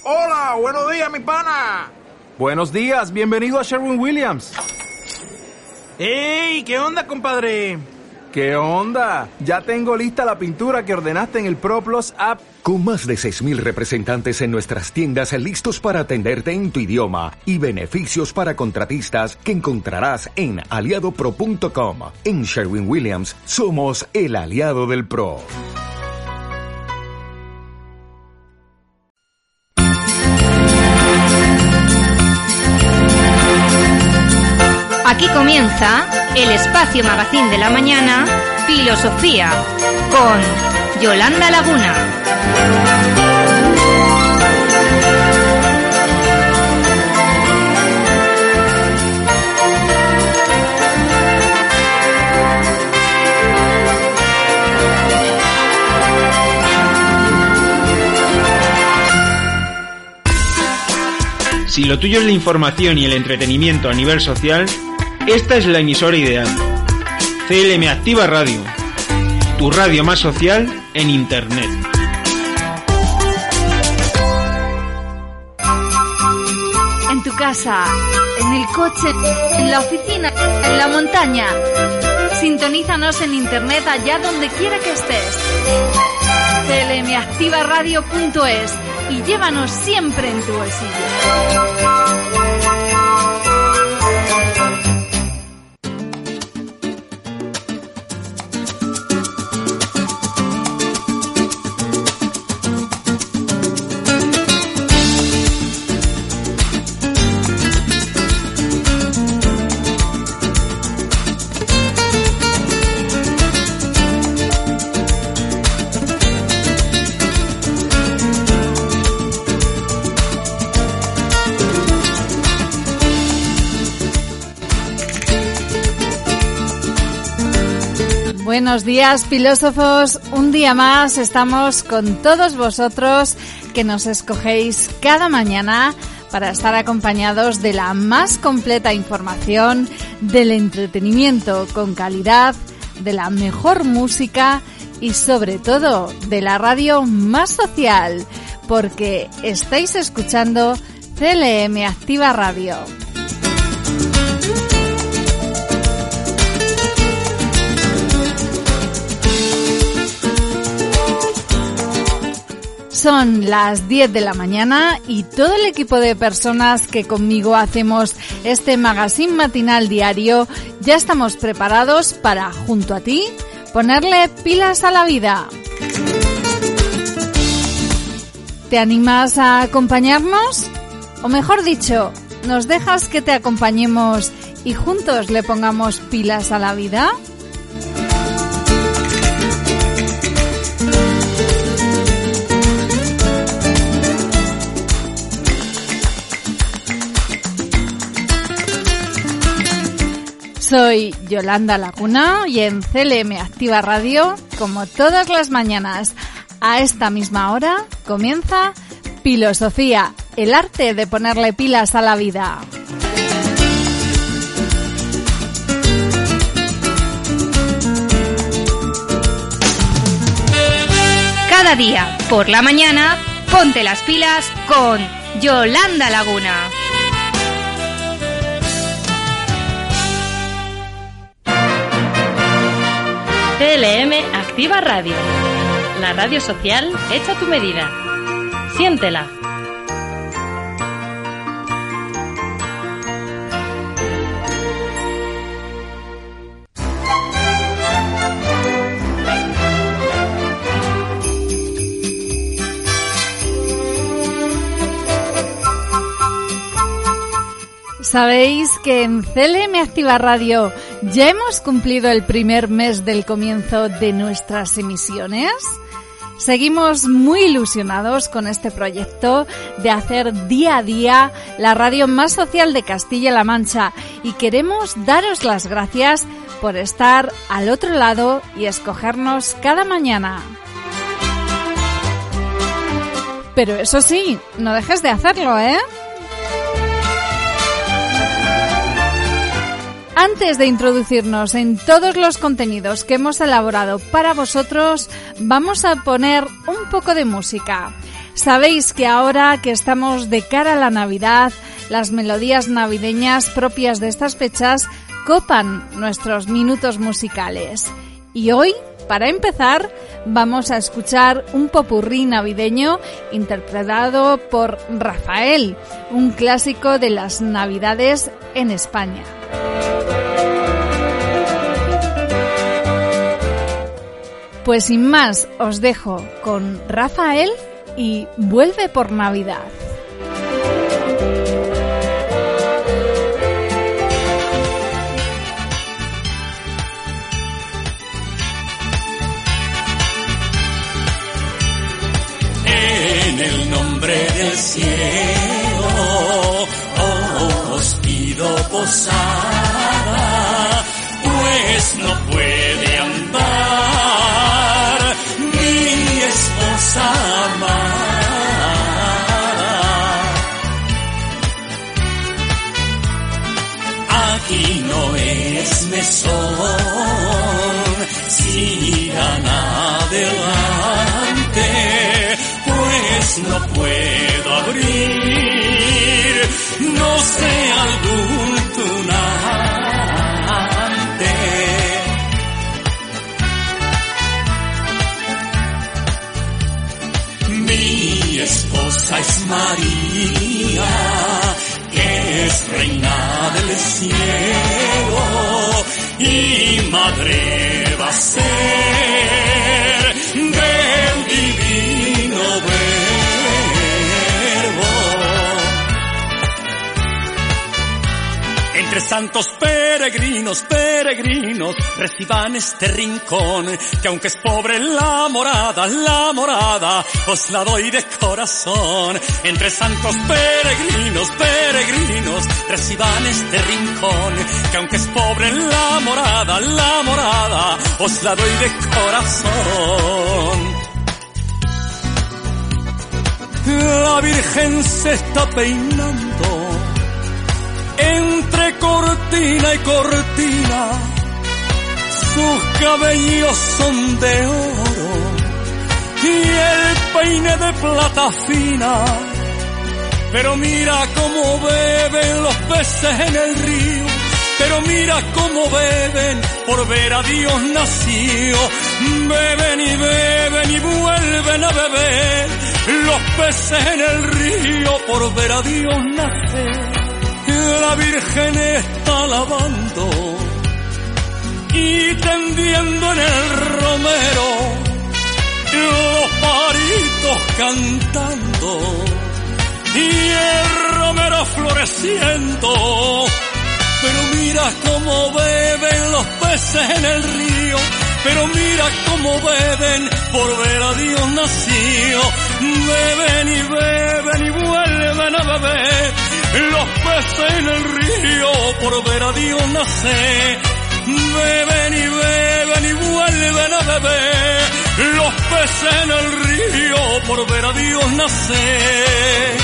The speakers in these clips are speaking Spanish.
Hola, buenos días, mi pana. Buenos días, bienvenido a Sherwin-Williams. ¡Ey! ¿Qué onda, compadre? ¿Qué onda? Ya tengo lista la pintura que ordenaste en el ProPlus app. Con más de 6,000 representantes en nuestras tiendas listos para atenderte en tu idioma y beneficios para contratistas que encontrarás en aliadopro.com. En Sherwin-Williams somos el aliado del pro. Aquí comienza el espacio magazín de la mañana, Filosofía, con Yolanda Laguna. Si lo tuyo es la información y el entretenimiento a nivel social, esta es la emisora ideal. CLM Activa Radio, tu radio más social en Internet. En tu casa, en el coche, en la oficina, en la montaña. Sintonízanos en Internet allá donde quiera que estés. clmactivaradio.es y llévanos siempre en tu bolsillo. Buenos días, filósofos. Un día más estamos con todos vosotros que nos escogéis cada mañana para estar acompañados de la más completa información, del entretenimiento con calidad, de la mejor música y sobre todo de la radio más social, porque estáis escuchando CLM Activa Radio. Son las 10 de la mañana y todo el equipo de personas que conmigo hacemos este magazine matinal diario ya estamos preparados para, junto a ti, ponerle pilas a la vida. ¿Te animas a acompañarnos? O mejor dicho, ¿nos dejas que te acompañemos y juntos le pongamos pilas a la vida? Soy Yolanda Laguna y en CLM Activa Radio, como todas las mañanas, a esta misma hora, comienza Filosofía, el arte de ponerle pilas a la vida. Cada día, por la mañana, ponte las pilas con Yolanda Laguna. CLM Activa Radio, la radio social hecha a tu medida. Siéntela. ¿Sabéis que en CLM Activa Radio ya hemos cumplido el primer mes del comienzo de nuestras emisiones? Seguimos muy ilusionados con este proyecto de hacer día a día la radio más social de Castilla-La Mancha y queremos daros las gracias por estar al otro lado y escogernos cada mañana. Pero eso sí, no dejes de hacerlo, ¿eh? Antes de introducirnos en todos los contenidos que hemos elaborado para vosotros, vamos a poner un poco de música. Sabéis que ahora que estamos de cara a la Navidad, las melodías navideñas propias de estas fechas copan nuestros minutos musicales. Y hoy, para empezar, vamos a escuchar un popurrí navideño interpretado por Rafael, un clásico de las Navidades en España. Pues sin más, os dejo con Rafael y Vuelve por Navidad. En el nombre del cielo os pido posada, pues no puede andar mi esposa amada. Aquí no es mesón, sigan adelante, pues no puedo abrir, no sé algún tunante. Mi esposa es María, que es reina del cielo y madre va a ser del divino Verbo. Entre santos peregrinos, reciban este rincón, que aunque es pobre la morada, os la doy de corazón. Entre santos peregrinos, reciban este rincón, que aunque es pobre la morada, os la doy de corazón. La Virgen se está peinando entre cortina y cortina, sus cabellos son de oro y el peine de plata fina. Pero mira cómo beben los peces en el río, pero mira cómo beben, por ver a Dios nacido. Beben y vuelven a beber los peces en el río, por ver a Dios nacer. La Virgen está lavando y tendiendo en el romero, los pajaritos cantando y el romero floreciendo. Pero mira cómo beben los peces en el río, pero mira cómo beben, por ver a Dios nacido. Beben y vuelven a beber los peces en el río, por ver a Dios nacer. Beben y vuelven a beber los peces en el río, por ver a Dios nacer.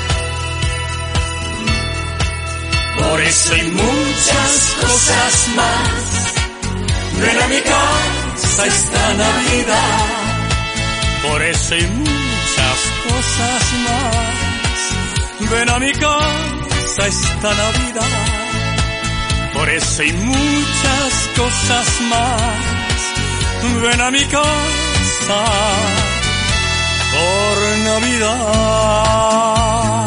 Por eso hay muchas cosas más, ven a mi casa esta Navidad. Por eso hay muchas cosas más, ven a mi casa esta Navidad. Por eso hay muchas cosas más, ven a mi casa por Navidad.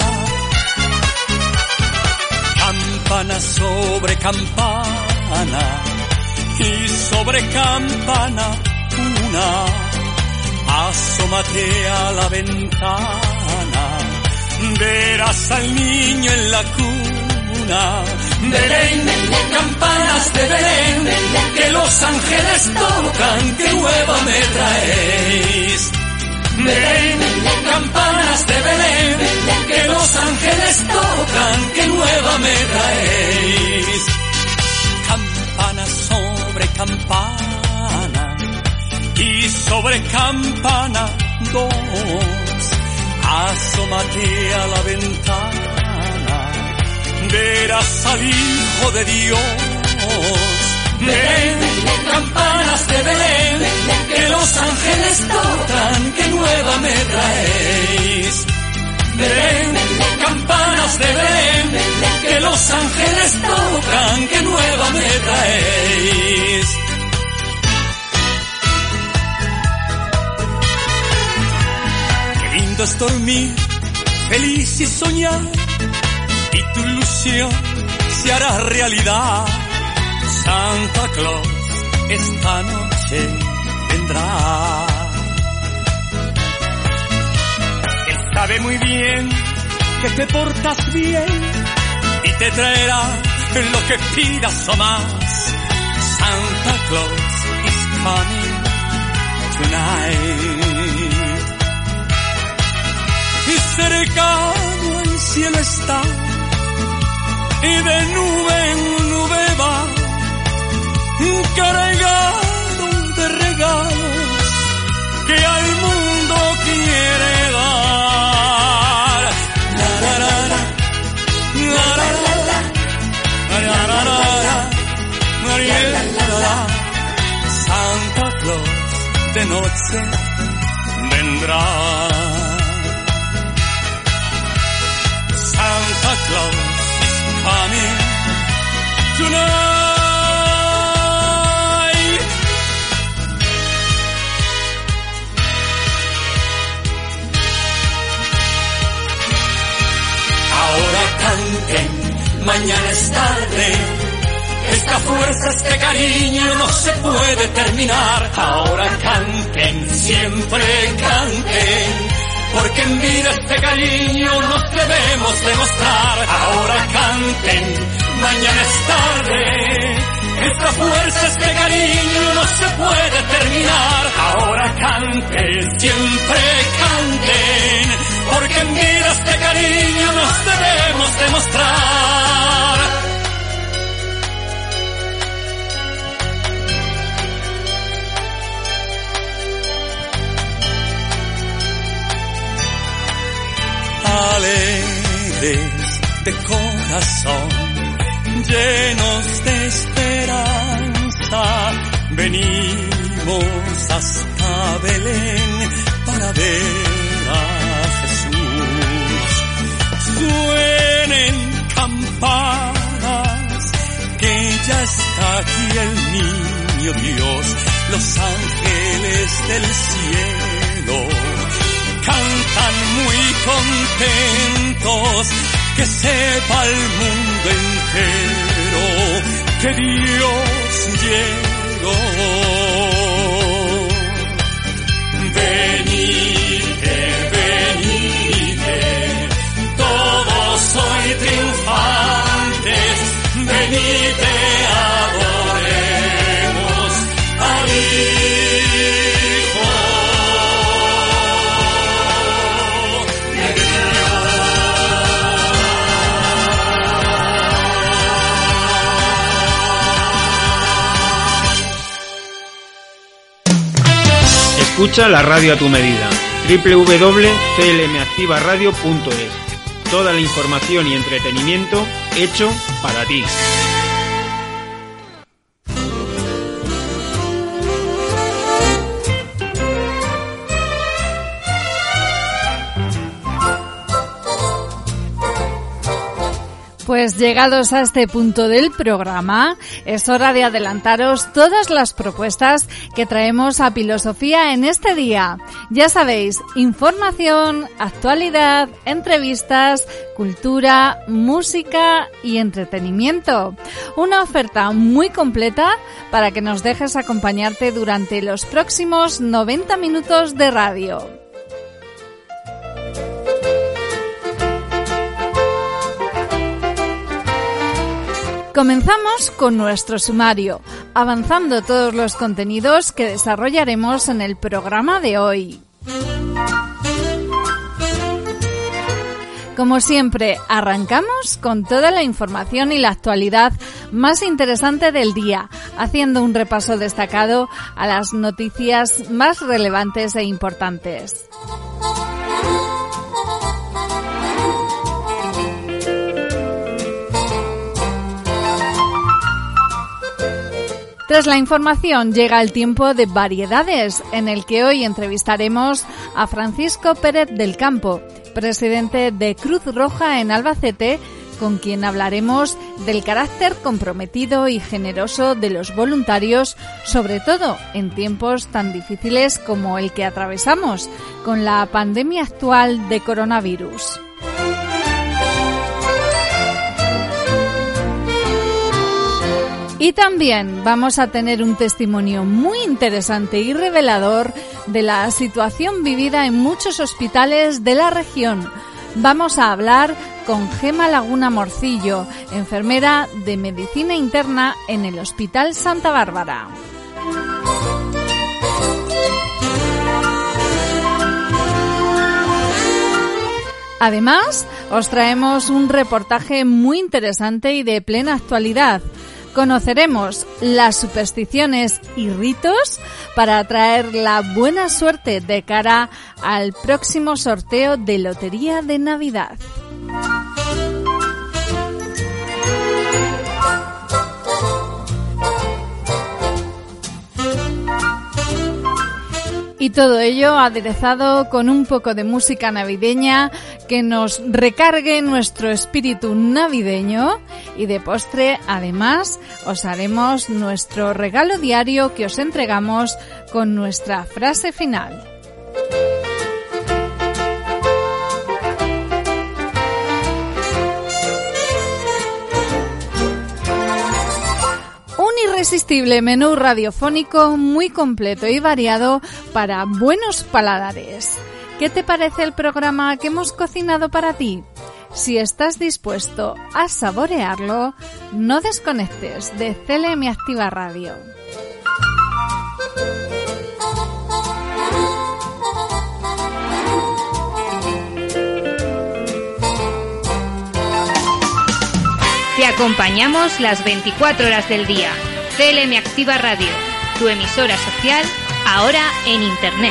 Campana sobre campana y sobre campana una, asómate a la ventana, verás al niño en la cuna. Belén, campanas de Belén, que los ángeles tocan, que nueva me traéis. Belén, campanas de Belén, que los ángeles tocan, que nueva me traéis. Campana sobre campana y sobre campana dos, asómate a la ventana, verás al Hijo de Dios. Belén, campanas de Belén, que los ángeles tocan, que nueva me traéis. Belén, campanas de Belén, que los ángeles tocan, que nueva me traéis. Qué lindo es dormir, feliz y soñar, y tu ilusión se hará realidad. Santa Claus esta noche vendrá. Él sabe muy bien que te portas bien y te traerá lo que pidas o más. Santa Claus is coming tonight. Y cercano el cielo está, y de nube en nube va, cargado de regalos que al mundo quiere dar. La la la la, la la la la, la la la la, la. Santa Claus de noche vendrá. Santa Claus is coming tonight. Canten, mañana es tarde. Esta fuerza, este cariño no se puede terminar. Ahora canten, siempre canten, porque en vida este cariño nos debemos demostrar. Ahora canten, mañana es tarde. Esta fuerza, este cariño no se puede terminar. Ahora canten, siempre canten, porque en vida este cariño nos debemos demostrar. Alegres de corazón, llenos de esperanza, venimos hasta Belén para ver a Jesús. Suenen campanas, que ya está aquí el niño Dios. Los ángeles del cielo cantan muy contentos, que sepa el mundo entero que Dios llegó. Venite, venite, todos hoy triunfantes, venite, adoremos al Hijo de Dios. Escucha la radio a tu medida. www.clmactivaradio.es. Toda la información y entretenimiento hecho para ti. Pues llegados a este punto del programa, es hora de adelantaros todas las propuestas que traemos a Filosofía en este día. Ya sabéis, información, actualidad, entrevistas, cultura, música y entretenimiento. Una oferta muy completa para que nos dejes acompañarte durante los próximos 90 minutos de radio. Comenzamos con nuestro sumario, avanzando todos los contenidos que desarrollaremos en el programa de hoy. Como siempre, arrancamos con toda la información y la actualidad más interesante del día, haciendo un repaso destacado a las noticias más relevantes e importantes. Tras la información llega el tiempo de variedades, en el que hoy entrevistaremos a Francisco Pérez del Campo, presidente de Cruz Roja en Albacete, con quien hablaremos del carácter comprometido y generoso de los voluntarios, sobre todo en tiempos tan difíciles como el que atravesamos, con la pandemia actual de coronavirus. Y también vamos a tener un testimonio muy interesante y revelador de la situación vivida en muchos hospitales de la región. Vamos a hablar con Gema Laguna Morcillo, enfermera de Medicina Interna en el Hospital Santa Bárbara. Además, os traemos un reportaje muy interesante y de plena actualidad. Conoceremos las supersticiones y ritos para atraer la buena suerte de cara al próximo sorteo de Lotería de Navidad. Y todo ello aderezado con un poco de música navideña que nos recargue nuestro espíritu navideño, y de postre, además, os haremos nuestro regalo diario que os entregamos con nuestra frase final. Irresistible menú radiofónico muy completo y variado para buenos paladares. ¿Qué te parece el programa que hemos cocinado para ti? Si estás dispuesto a saborearlo, no desconectes de CLM Activa Radio. Te acompañamos las 24 horas del día. CLM Activa Radio, tu emisora social, ahora en Internet.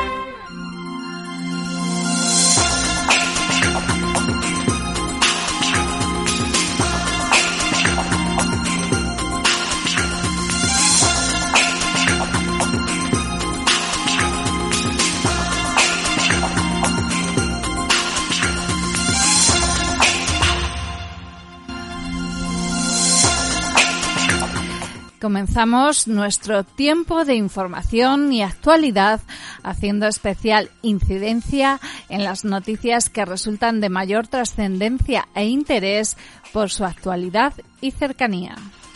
Comenzamos nuestro tiempo de información y actualidad haciendo especial incidencia en las noticias que resultan de mayor trascendencia e interés por su actualidad y cercanía.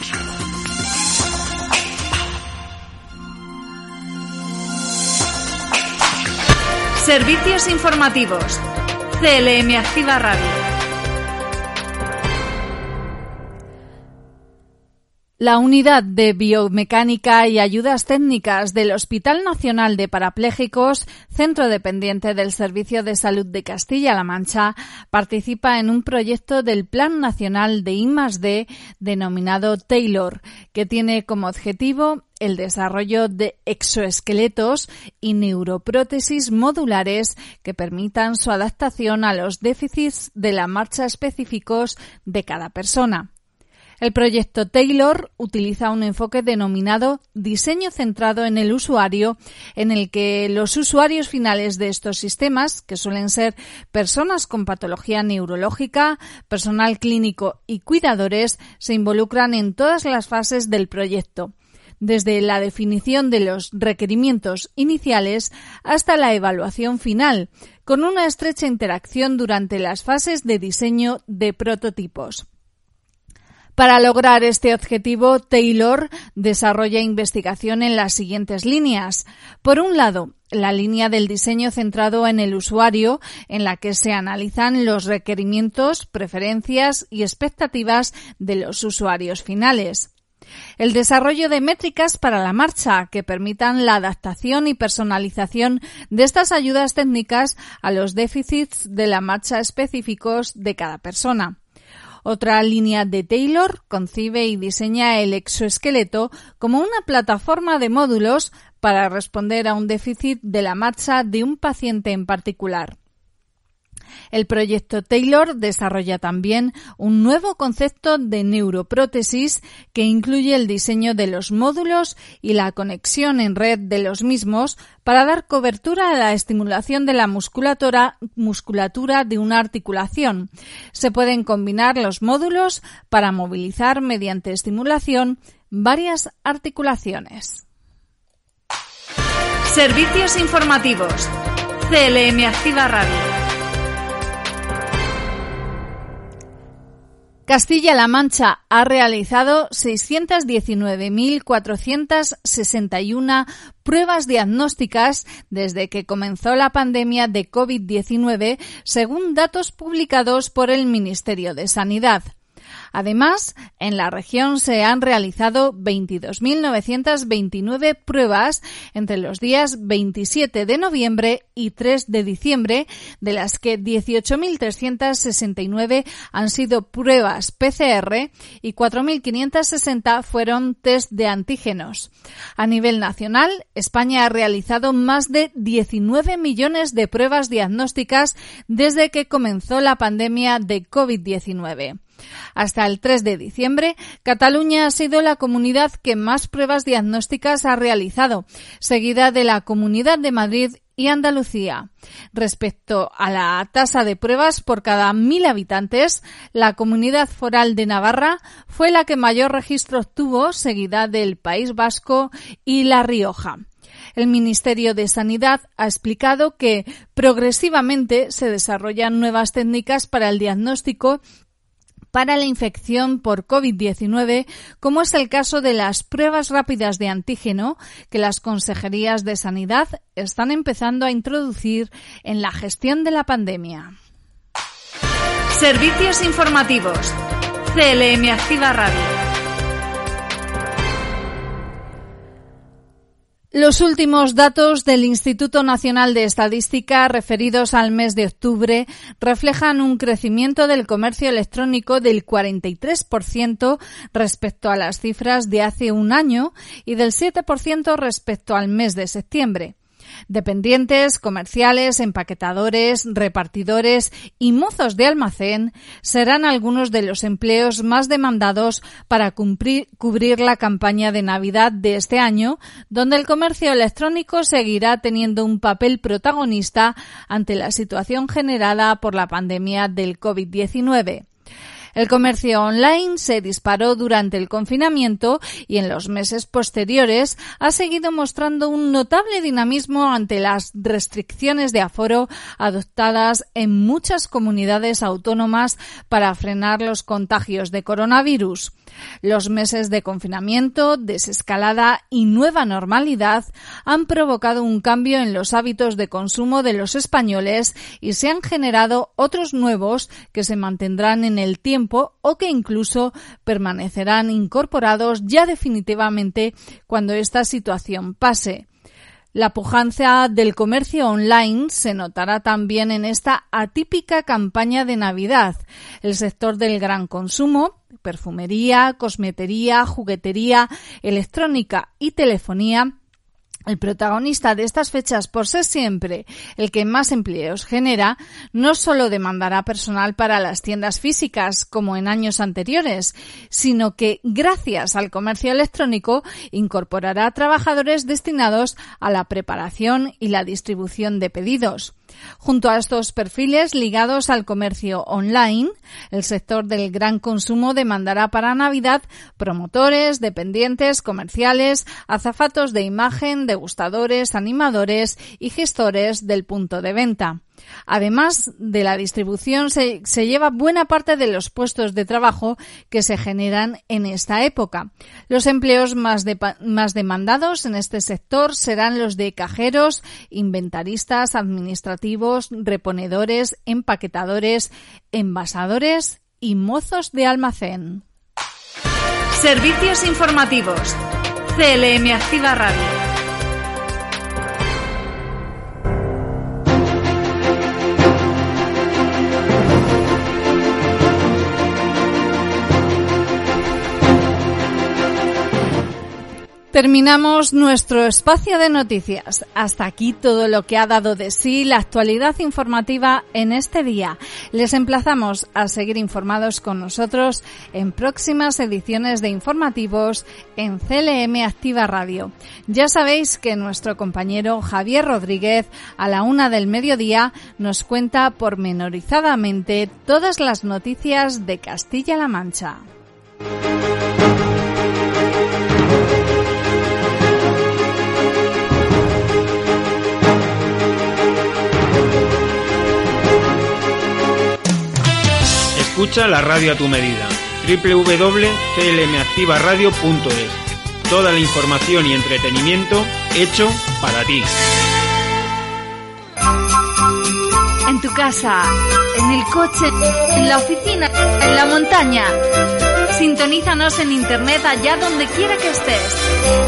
Servicios informativos. CLM Activa Radio. La Unidad de Biomecánica y Ayudas Técnicas del Hospital Nacional de Parapléjicos, centro dependiente del Servicio de Salud de Castilla-La Mancha, participa en un proyecto del Plan Nacional de I+D denominado Taylor, que tiene como objetivo el desarrollo de exoesqueletos y neuroprótesis modulares que permitan su adaptación a los déficits de la marcha específicos de cada persona. El proyecto Taylor utiliza un enfoque denominado diseño centrado en el usuario, en el que los usuarios finales de estos sistemas, que suelen ser personas con patología neurológica, personal clínico y cuidadores, se involucran en todas las fases del proyecto, desde la definición de los requerimientos iniciales hasta la evaluación final, con una estrecha interacción durante las fases de diseño de prototipos. Para lograr este objetivo, Taylor desarrolla investigación en las siguientes líneas. Por un lado, la línea del diseño centrado en el usuario, en la que se analizan los requerimientos, preferencias y expectativas de los usuarios finales. El desarrollo de métricas para la marcha que permitan la adaptación y personalización de estas ayudas técnicas a los déficits de la marcha específicos de cada persona. Otra línea de Taylor concibe y diseña el exoesqueleto como una plataforma de módulos para responder a un déficit de la marcha de un paciente en particular. El proyecto Taylor desarrolla también un nuevo concepto de neuroprótesis que incluye el diseño de los módulos y la conexión en red de los mismos para dar cobertura a la estimulación de la musculatura de una articulación. Se pueden combinar los módulos para movilizar mediante estimulación varias articulaciones. Servicios informativos. CLM Activa Radio. Castilla-La Mancha ha realizado 619.461 pruebas diagnósticas desde que comenzó la pandemia de COVID-19, según datos publicados por el Ministerio de Sanidad. Además, en la región se han realizado 22.929 pruebas entre los días 27 de noviembre y 3 de diciembre, de las que 18.369 han sido pruebas PCR y 4.560 fueron test de antígenos. A nivel nacional, España ha realizado más de 19 millones de pruebas diagnósticas desde que comenzó la pandemia de COVID-19. Hasta el 3 de diciembre, Cataluña ha sido la comunidad que más pruebas diagnósticas ha realizado, seguida de la Comunidad de Madrid y Andalucía. Respecto a la tasa de pruebas por cada 1.000 habitantes, la Comunidad Foral de Navarra fue la que mayor registro tuvo, seguida del País Vasco y La Rioja. El Ministerio de Sanidad ha explicado que progresivamente se desarrollan nuevas técnicas para el diagnóstico para la infección por COVID-19, como es el caso de las pruebas rápidas de antígeno que las consejerías de Sanidad están empezando a introducir en la gestión de la pandemia. Servicios informativos. CLM Activa Radio. Los últimos datos del Instituto Nacional de Estadística referidos al mes de octubre reflejan un crecimiento del comercio electrónico del 43% respecto a las cifras de hace un año y del 7% respecto al mes de septiembre. Dependientes, comerciales, empaquetadores, repartidores y mozos de almacén serán algunos de los empleos más demandados para cubrir la campaña de Navidad de este año, donde el comercio electrónico seguirá teniendo un papel protagonista ante la situación generada por la pandemia del COVID-19. El comercio online se disparó durante el confinamiento y en los meses posteriores ha seguido mostrando un notable dinamismo ante las restricciones de aforo adoptadas en muchas comunidades autónomas para frenar los contagios de coronavirus. Los meses de confinamiento, desescalada y nueva normalidad han provocado un cambio en los hábitos de consumo de los españoles y se han generado otros nuevos que se mantendrán en el tiempo o que incluso permanecerán incorporados ya definitivamente cuando esta situación pase. La pujanza del comercio online se notará también en esta atípica campaña de Navidad. El sector del gran consumo, perfumería, cosmetería, juguetería, electrónica y telefonía, el protagonista de estas fechas, por ser siempre el que más empleos genera, no solo demandará personal para las tiendas físicas como en años anteriores, sino que, gracias al comercio electrónico, incorporará trabajadores destinados a la preparación y la distribución de pedidos. Junto a estos perfiles ligados al comercio online, el sector del gran consumo demandará para Navidad promotores, dependientes, comerciales, azafatos de imagen, degustadores, animadores y gestores del punto de venta. Además de la distribución, se lleva buena parte de los puestos de trabajo que se generan en esta época. Los empleos más demandados en este sector serán los de cajeros, inventaristas, administrativos, reponedores, empaquetadores, envasadores y mozos de almacén. Servicios informativos. CLM Activa Radio. Terminamos nuestro espacio de noticias. Hasta aquí todo lo que ha dado de sí la actualidad informativa en este día. Les emplazamos a seguir informados con nosotros en próximas ediciones de informativos en CLM Activa Radio. Ya sabéis que nuestro compañero Javier Rodríguez a la 1 del mediodía nos cuenta pormenorizadamente todas las noticias de Castilla-La Mancha. Escucha la radio a tu medida. www.clmactivaradio.es. Toda la información y entretenimiento hecho para ti. En tu casa, en el coche, en la oficina, en la montaña. Sintonízanos en internet allá donde quiera que estés.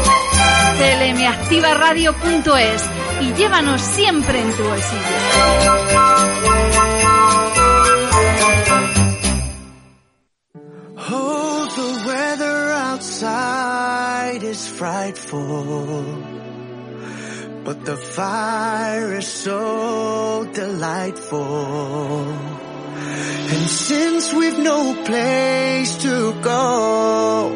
clmactivaradio.es y llévanos siempre en tu bolsillo. Oh, the weather outside is frightful, but the fire is so delightful. And since we've no place to go,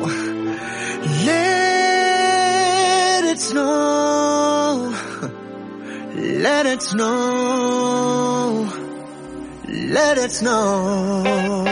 let it snow, let it snow, let it snow.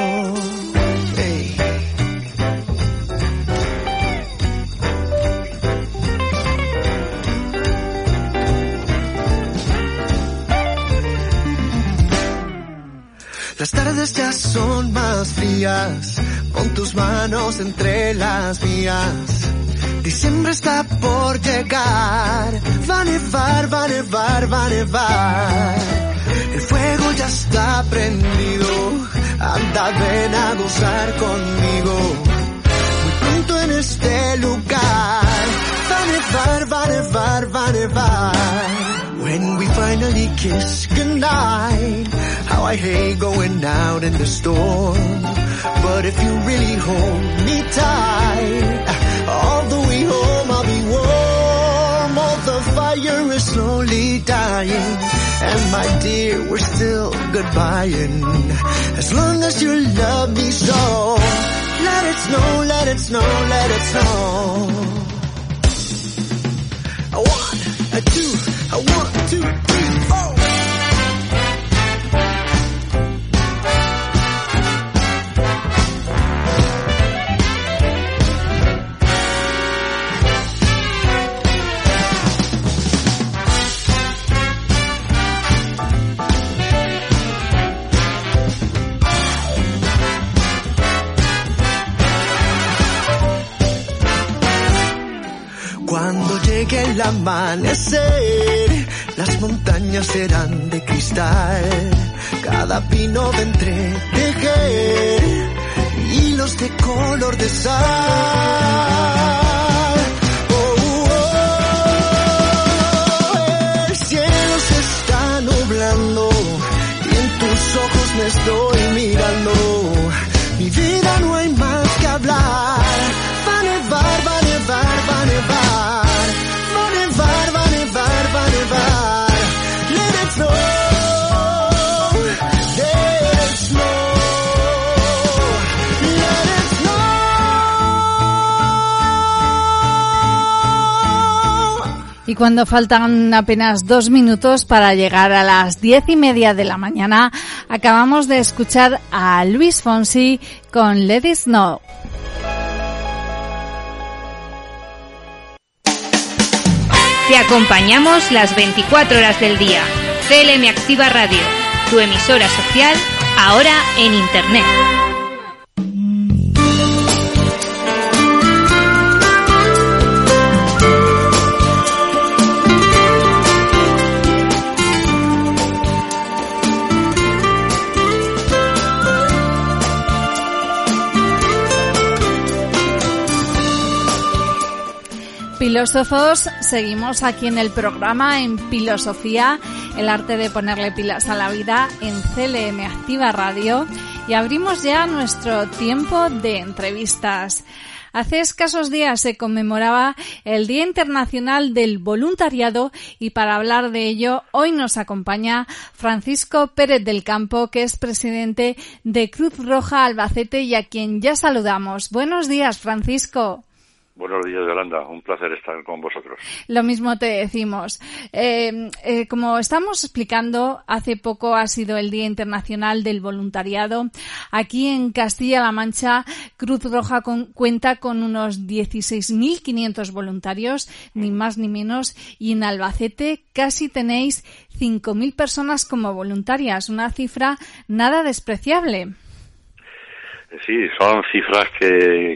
Las tardes ya son más frías, pon tus manos entre las mías. Diciembre está por llegar, va a nevar, va a nevar, va a nevar. El fuego ya está prendido, anda, ven a gozar conmigo. Muy pronto en este lugar, va a nevar, va a nevar, va a nevar. When we finally kiss goodnight, how I hate going out in the storm. But if you really hold me tight, all the way home I'll be warm. Oh, the fire is slowly dying, and my dear, we're still goodbying. As long as you love me so, let it snow, let it snow, let it snow. A 1, a 2, a 1, 2, 3, 4. Cuando llegue el amanecer, las montañas serán de cristal, cada pino de entretejer hilos de color de sal. Oh, oh, el cielo se está nublando y en tus ojos me estoy mirando. Mi vida no hay más que hablar. Va a nevar, va a nevar, va a nevar. Va a nevar, va a nevar, va a nevar. Let it snow, let it snow, let it snow. Y cuando faltan apenas 2 minutos para llegar a las 10:30 de la mañana, acabamos de escuchar a Luis Fonsi con Let It Snow. Te acompañamos las 24 horas del día. CLM Activa Radio, tu emisora social, ahora en Internet. Filósofos, seguimos aquí en el programa en Filosofía, el arte de ponerle pilas a la vida en CLM Activa Radio, y abrimos ya nuestro tiempo de entrevistas. Hace escasos días se conmemoraba el Día Internacional del Voluntariado y para hablar de ello hoy nos acompaña Francisco Pérez del Campo, que es presidente de Cruz Roja Albacete y a quien ya saludamos. Buenos días, Francisco. Buenos días, Yolanda. Un placer estar con vosotros. Lo mismo te decimos. Como estamos explicando, hace poco ha sido el Día Internacional del Voluntariado. Aquí en Castilla-La Mancha, Cruz Roja cuenta con unos 16.500 voluntarios, ni más ni menos, y en Albacete casi tenéis 5.000 personas como voluntarias, una cifra nada despreciable. Sí, son cifras que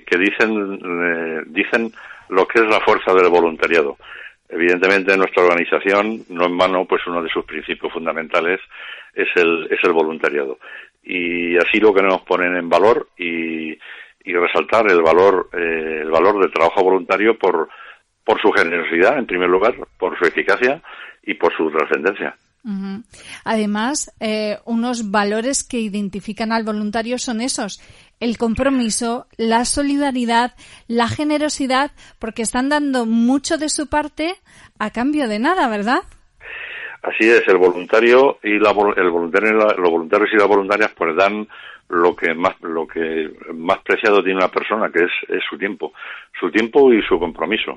dicen lo que es la fuerza del voluntariado. Evidentemente, nuestra organización, no en vano, pues uno de sus principios fundamentales es el voluntariado. Y así lo queremos poner en valor y resaltar el valor del trabajo voluntario por su generosidad, en primer lugar, por su eficacia y por su trascendencia. Uh-huh. Además, unos valores que identifican al voluntario son esos: el compromiso, la solidaridad, la generosidad, porque están dando mucho de su parte a cambio de nada, ¿verdad? Así es, los voluntarios y las voluntarias pues dan lo que más preciado tiene una persona, que es su tiempo y su compromiso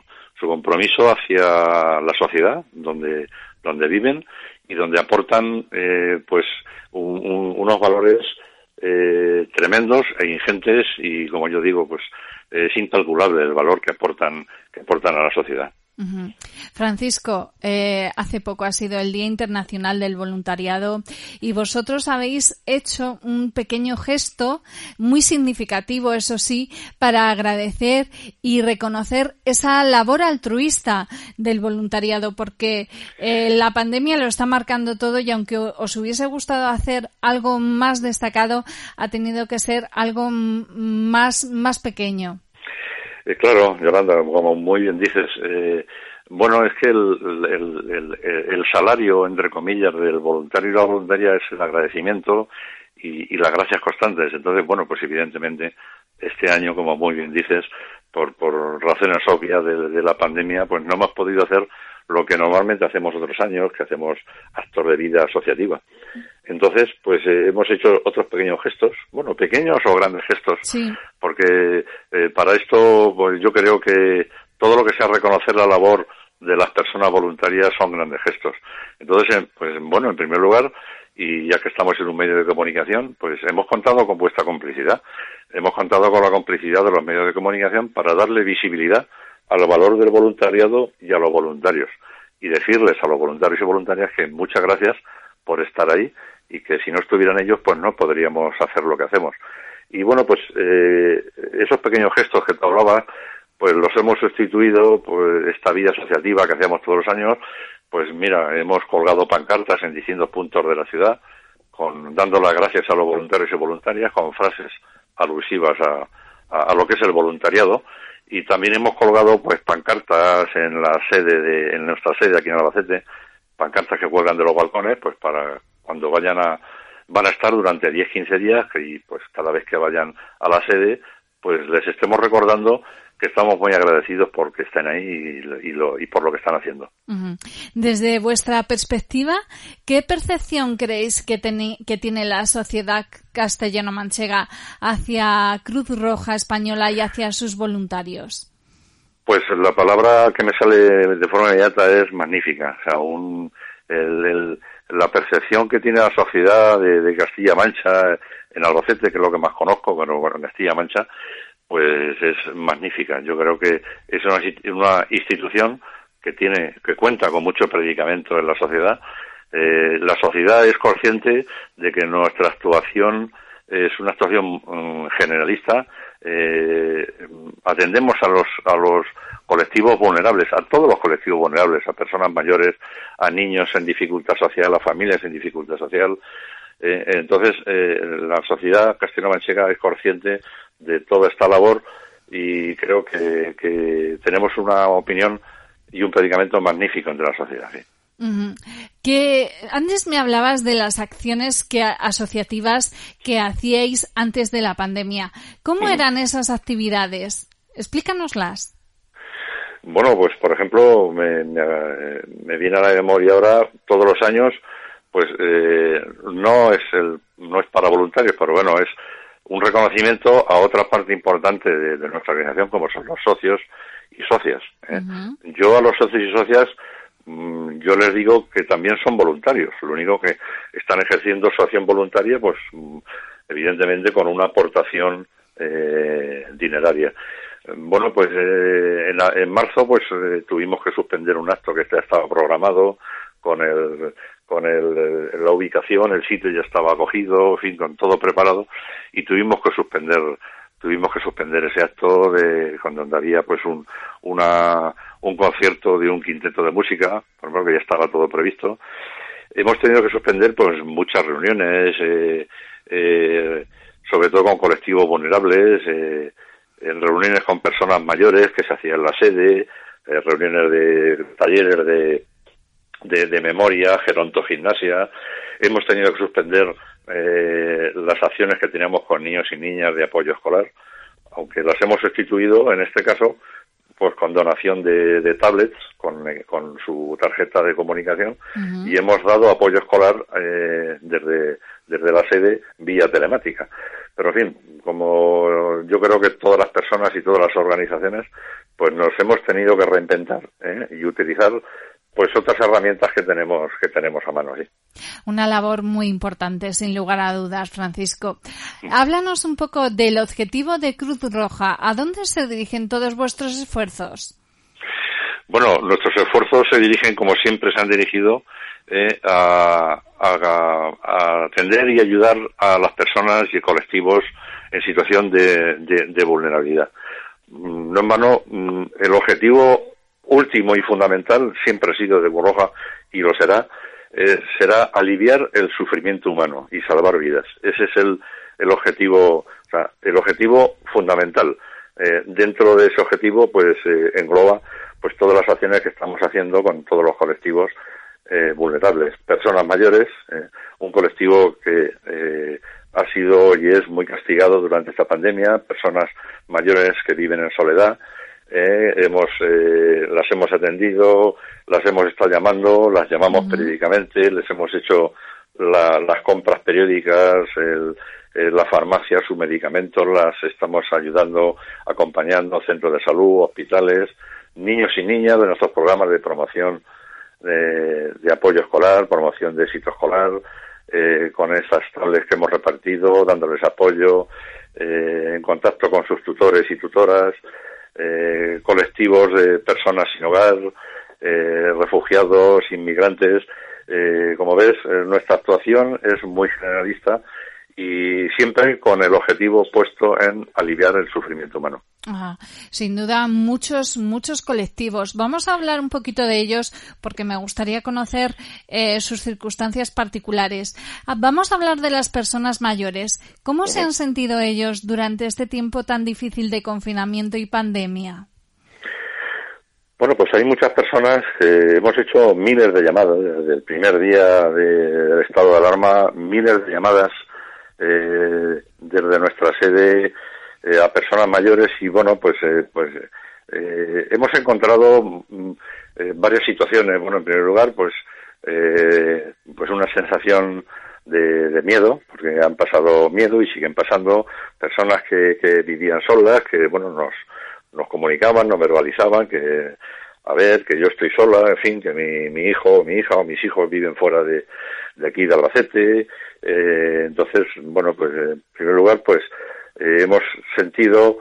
hacia la sociedad donde viven y donde aportan pues unos valores tremendos e ingentes, y como yo digo, pues es incalculable el valor que aportan a la sociedad. Uh-huh. Francisco, hace poco ha sido el Día Internacional del Voluntariado y vosotros habéis hecho un pequeño gesto muy significativo, eso sí, para agradecer y reconocer esa labor altruista del voluntariado, porque la pandemia lo está marcando todo y aunque os hubiese gustado hacer algo más destacado, ha tenido que ser algo más pequeño. Claro, Yolanda, como muy bien dices, bueno, es que el salario, entre comillas, del voluntario y la voluntaria es el agradecimiento y las gracias constantes. Entonces, bueno, pues evidentemente este año, como muy bien dices, por razones obvias de la pandemia, pues no hemos podido hacer lo que normalmente hacemos otros años, que hacemos actos de vida asociativa. Entonces, pues hemos hecho otros pequeños gestos, bueno, pequeños o grandes gestos, sí. Porque para esto, pues yo creo que todo lo que sea reconocer la labor de las personas voluntarias son grandes gestos. Entonces, pues bueno, en primer lugar, y ya que estamos en un medio de comunicación, pues hemos contado con vuestra complicidad, hemos contado con la complicidad de los medios de comunicación para darle visibilidad al valor del voluntariado y a los voluntarios, y decirles a los voluntarios y voluntarias que muchas gracias por estar ahí y que si no estuvieran ellos pues no podríamos hacer lo que hacemos. Y bueno, pues esos pequeños gestos que te hablaba, pues los hemos sustituido por esta vida asociativa que hacíamos todos los años. Pues mira, hemos colgado pancartas en distintos puntos de la ciudad dando las gracias a los voluntarios y voluntarias con frases alusivas a lo que es el voluntariado. Y también hemos colgado pues pancartas en nuestra sede aquí en Albacete, pancartas que cuelgan de los balcones, pues para cuando van a estar durante 10-15 días, y pues cada vez que vayan a la sede, pues les estemos recordando que estamos muy agradecidos porque estén ahí y por lo que están haciendo. Uh-huh. Desde vuestra perspectiva, ¿qué percepción creéis que tiene la sociedad castellano-manchega hacia Cruz Roja Española y hacia sus voluntarios? Pues la palabra que me sale de forma inmediata es magnífica. O sea, la percepción que tiene la sociedad de Castilla-Mancha en Albacete, que es lo que más conozco, bueno, en Castilla-Mancha, pues es magnífica. Yo creo que es una institución que cuenta con mucho predicamento en la sociedad. La sociedad es consciente de que nuestra actuación es una actuación generalista. Atendemos a los colectivos vulnerables, a todos los colectivos vulnerables, a personas mayores, a niños en dificultad social, a familias en dificultad social. Entonces, la sociedad castellano-manchega es consciente de toda esta labor y creo que tenemos una opinión y un predicamento magnífico entre la sociedad. Sí. Uh-huh. Que antes me hablabas de las acciones asociativas que hacíais antes de la pandemia. ¿Cómo eran esas actividades? Explícanoslas. Bueno, pues por ejemplo, me viene a la memoria ahora, todos los años, pues no es para voluntarios, pero bueno, es un reconocimiento a otra parte importante de nuestra organización, como son los socios y socias. Uh-huh. Yo a los socios y socias, yo les digo que también son voluntarios, lo único que están ejerciendo su acción voluntaria, pues evidentemente con una aportación dineraria. Bueno, pues en marzo pues tuvimos que suspender un acto que ya estaba programado con la ubicación, el sitio ya estaba acogido, en fin, con todo preparado, y tuvimos que suspender ese acto donde había pues un concierto de un quinteto de música, por ejemplo, que ya estaba todo previsto. Hemos tenido que suspender pues muchas reuniones, sobre todo con colectivos vulnerables, en reuniones con personas mayores que se hacían en la sede, reuniones de talleres de memoria, gerontogimnasia. Hemos tenido que suspender las acciones que teníamos con niños y niñas de apoyo escolar, aunque las hemos sustituido, en este caso, pues con donación de tablets, con su tarjeta de comunicación, uh-huh. Y hemos dado apoyo escolar desde la sede vía telemática. Pero en fin, como yo creo que todas las personas y todas las organizaciones, pues nos hemos tenido que reinventar y utilizar pues otras herramientas que tenemos a mano. ¿Sí? Una labor muy importante, sin lugar a dudas, Francisco. Háblanos un poco del objetivo de Cruz Roja. ¿A dónde se dirigen todos vuestros esfuerzos? Bueno, nuestros esfuerzos se dirigen, como siempre se han dirigido, a atender y ayudar a las personas y colectivos en situación de vulnerabilidad. No en vano, el objetivo último y fundamental siempre ha sido de Cruz Roja y lo será aliviar el sufrimiento humano y salvar vidas. Ese es el objetivo, o sea, el objetivo fundamental. Dentro de ese objetivo, pues engloba pues todas las acciones que estamos haciendo con todos los colectivos vulnerables, personas mayores, un colectivo que ha sido y es muy castigado durante esta pandemia, personas mayores que viven en soledad. Las hemos atendido, las hemos estado llamando, las llamamos uh-huh. periódicamente, les hemos hecho las compras periódicas, la farmacia, sus medicamentos, las estamos ayudando, acompañando, centros de salud, hospitales, niños y niñas de nuestros programas de promoción de apoyo escolar, promoción de éxito escolar, con esas tablets que hemos repartido, dándoles apoyo, en contacto con sus tutores y tutoras, colectivos de personas sin hogar, refugiados, inmigrantes. Como ves, nuestra actuación es muy generalista y siempre con el objetivo puesto en aliviar el sufrimiento humano. Ajá. Sin duda, muchos colectivos. Vamos a hablar un poquito de ellos porque me gustaría conocer sus circunstancias particulares. Vamos a hablar de las personas mayores. ¿Cómo se han sentido ellos durante este tiempo tan difícil de confinamiento y pandemia? Bueno, pues hay muchas personas que hemos hecho miles de llamadas desde el primer día del estado de alarma, miles de llamadas desde nuestra sede a personas mayores y bueno, pues hemos encontrado varias situaciones. Bueno, en primer lugar, pues una sensación de miedo, porque han pasado miedo y siguen pasando personas que vivían solas, que bueno, nos comunicaban, nos verbalizaban que que yo estoy sola, en fin, que mi hijo, mi hija o mis hijos viven fuera de aquí de Albacete. Entonces, bueno, pues en primer lugar, pues hemos sentido,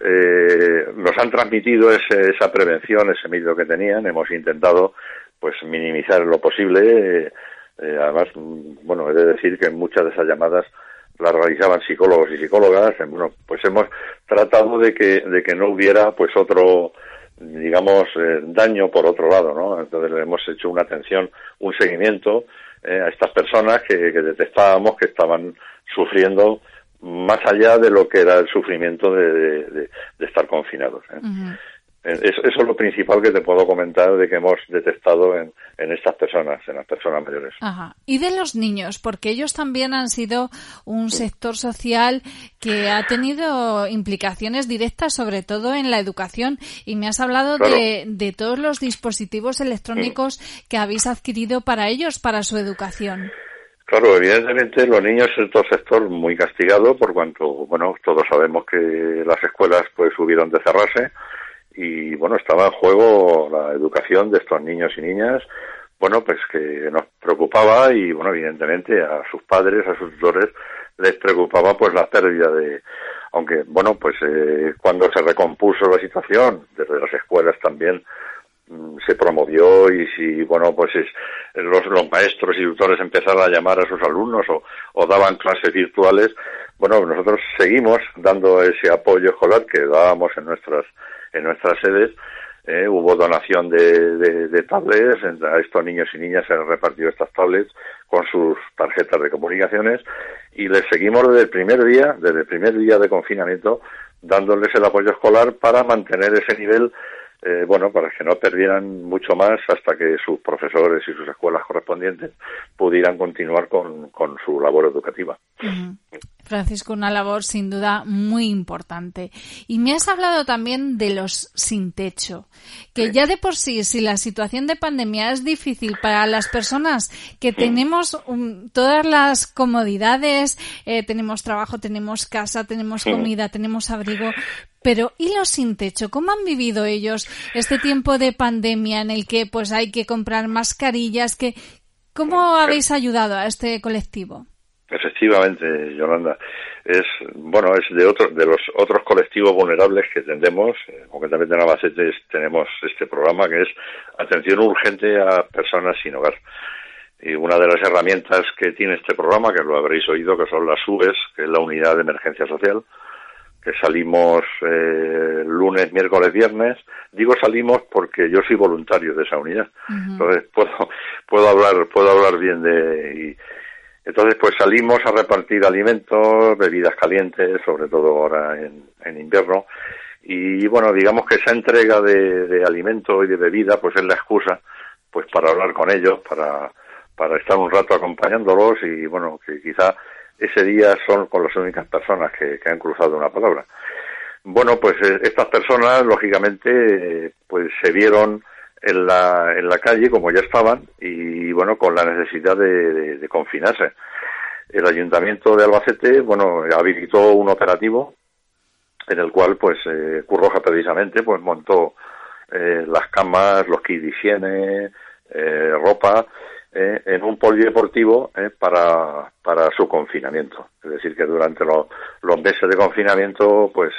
nos han transmitido esa prevención, ese miedo que tenían. Hemos intentado, pues, minimizar lo posible. Además, bueno, he de decir que muchas de esas llamadas las realizaban psicólogos y psicólogas. Bueno, pues hemos tratado de que no hubiera, pues, otro, digamos, daño por otro lado, ¿no? Entonces le hemos hecho una atención, un seguimiento a estas personas que detectábamos que estaban sufriendo más allá de lo que era el sufrimiento de estar confinados. Uh-huh. Eso es lo principal que te puedo comentar de que hemos detectado en estas personas, en las personas mayores. Ajá. Y de los niños, porque ellos también han sido un sector social que ha tenido implicaciones directas, sobre todo en la educación. Y me has hablado Claro. de todos los dispositivos electrónicos que habéis adquirido para ellos, para su educación. Claro, evidentemente los niños es otro sector muy castigado por cuanto, bueno, todos sabemos que las escuelas pues hubieron de cerrarse y, bueno, estaba en juego la educación de estos niños y niñas, bueno, pues que nos preocupaba y, bueno, evidentemente a sus padres, a sus tutores les preocupaba pues la pérdida de, aunque, bueno, pues cuando se recompuso la situación desde las escuelas también se promovió y si, bueno, pues los maestros y tutores empezaron a llamar a sus alumnos o daban clases virtuales, bueno, nosotros seguimos dando ese apoyo escolar que dábamos en nuestras sedes. Hubo donación de tablets, a estos niños y niñas se han repartido estas tablets con sus tarjetas de comunicaciones y les seguimos desde el primer día de confinamiento, dándoles el apoyo escolar para mantener ese nivel, bueno, para que no perdieran mucho más hasta que sus profesores y sus escuelas correspondientes pudieran continuar con su labor educativa. Uh-huh. Francisco, una labor sin duda muy importante. Y me has hablado también de los sin techo, que ya de por sí, si la situación de pandemia es difícil para las personas que tenemos todas las comodidades, tenemos trabajo, tenemos casa, tenemos comida, tenemos abrigo, pero ¿y los sin techo? ¿Cómo han vivido ellos este tiempo de pandemia en el que pues hay que comprar mascarillas? ¿Cómo habéis ayudado a este colectivo? Efectivamente, Yolanda, es de los otros colectivos vulnerables que tendemos, concretamente en Albacete tenemos este programa que es atención urgente a personas sin hogar. Y una de las herramientas que tiene este programa, que lo habréis oído, que son las UES, que es la Unidad de Emergencia Social, que salimos lunes, miércoles, viernes. Digo salimos porque yo soy voluntario de esa unidad. Uh-huh. Entonces puedo hablar bien entonces, pues salimos a repartir alimentos, bebidas calientes, sobre todo ahora en invierno. Y bueno, digamos que esa entrega de alimento y de bebida, pues es la excusa, pues para hablar con ellos, para estar un rato acompañándolos y bueno, que quizá ese día son con las únicas personas que han cruzado una palabra. Bueno, pues estas personas, lógicamente, pues se vieron en la calle como ya estaban y bueno, con la necesidad de confinarse. El Ayuntamiento de Albacete, bueno, habilitó un operativo en el cual pues Cruz Roja precisamente pues montó las camas, los kits de higiene, ropa en un polideportivo para su confinamiento. Es decir, que durante los meses de confinamiento pues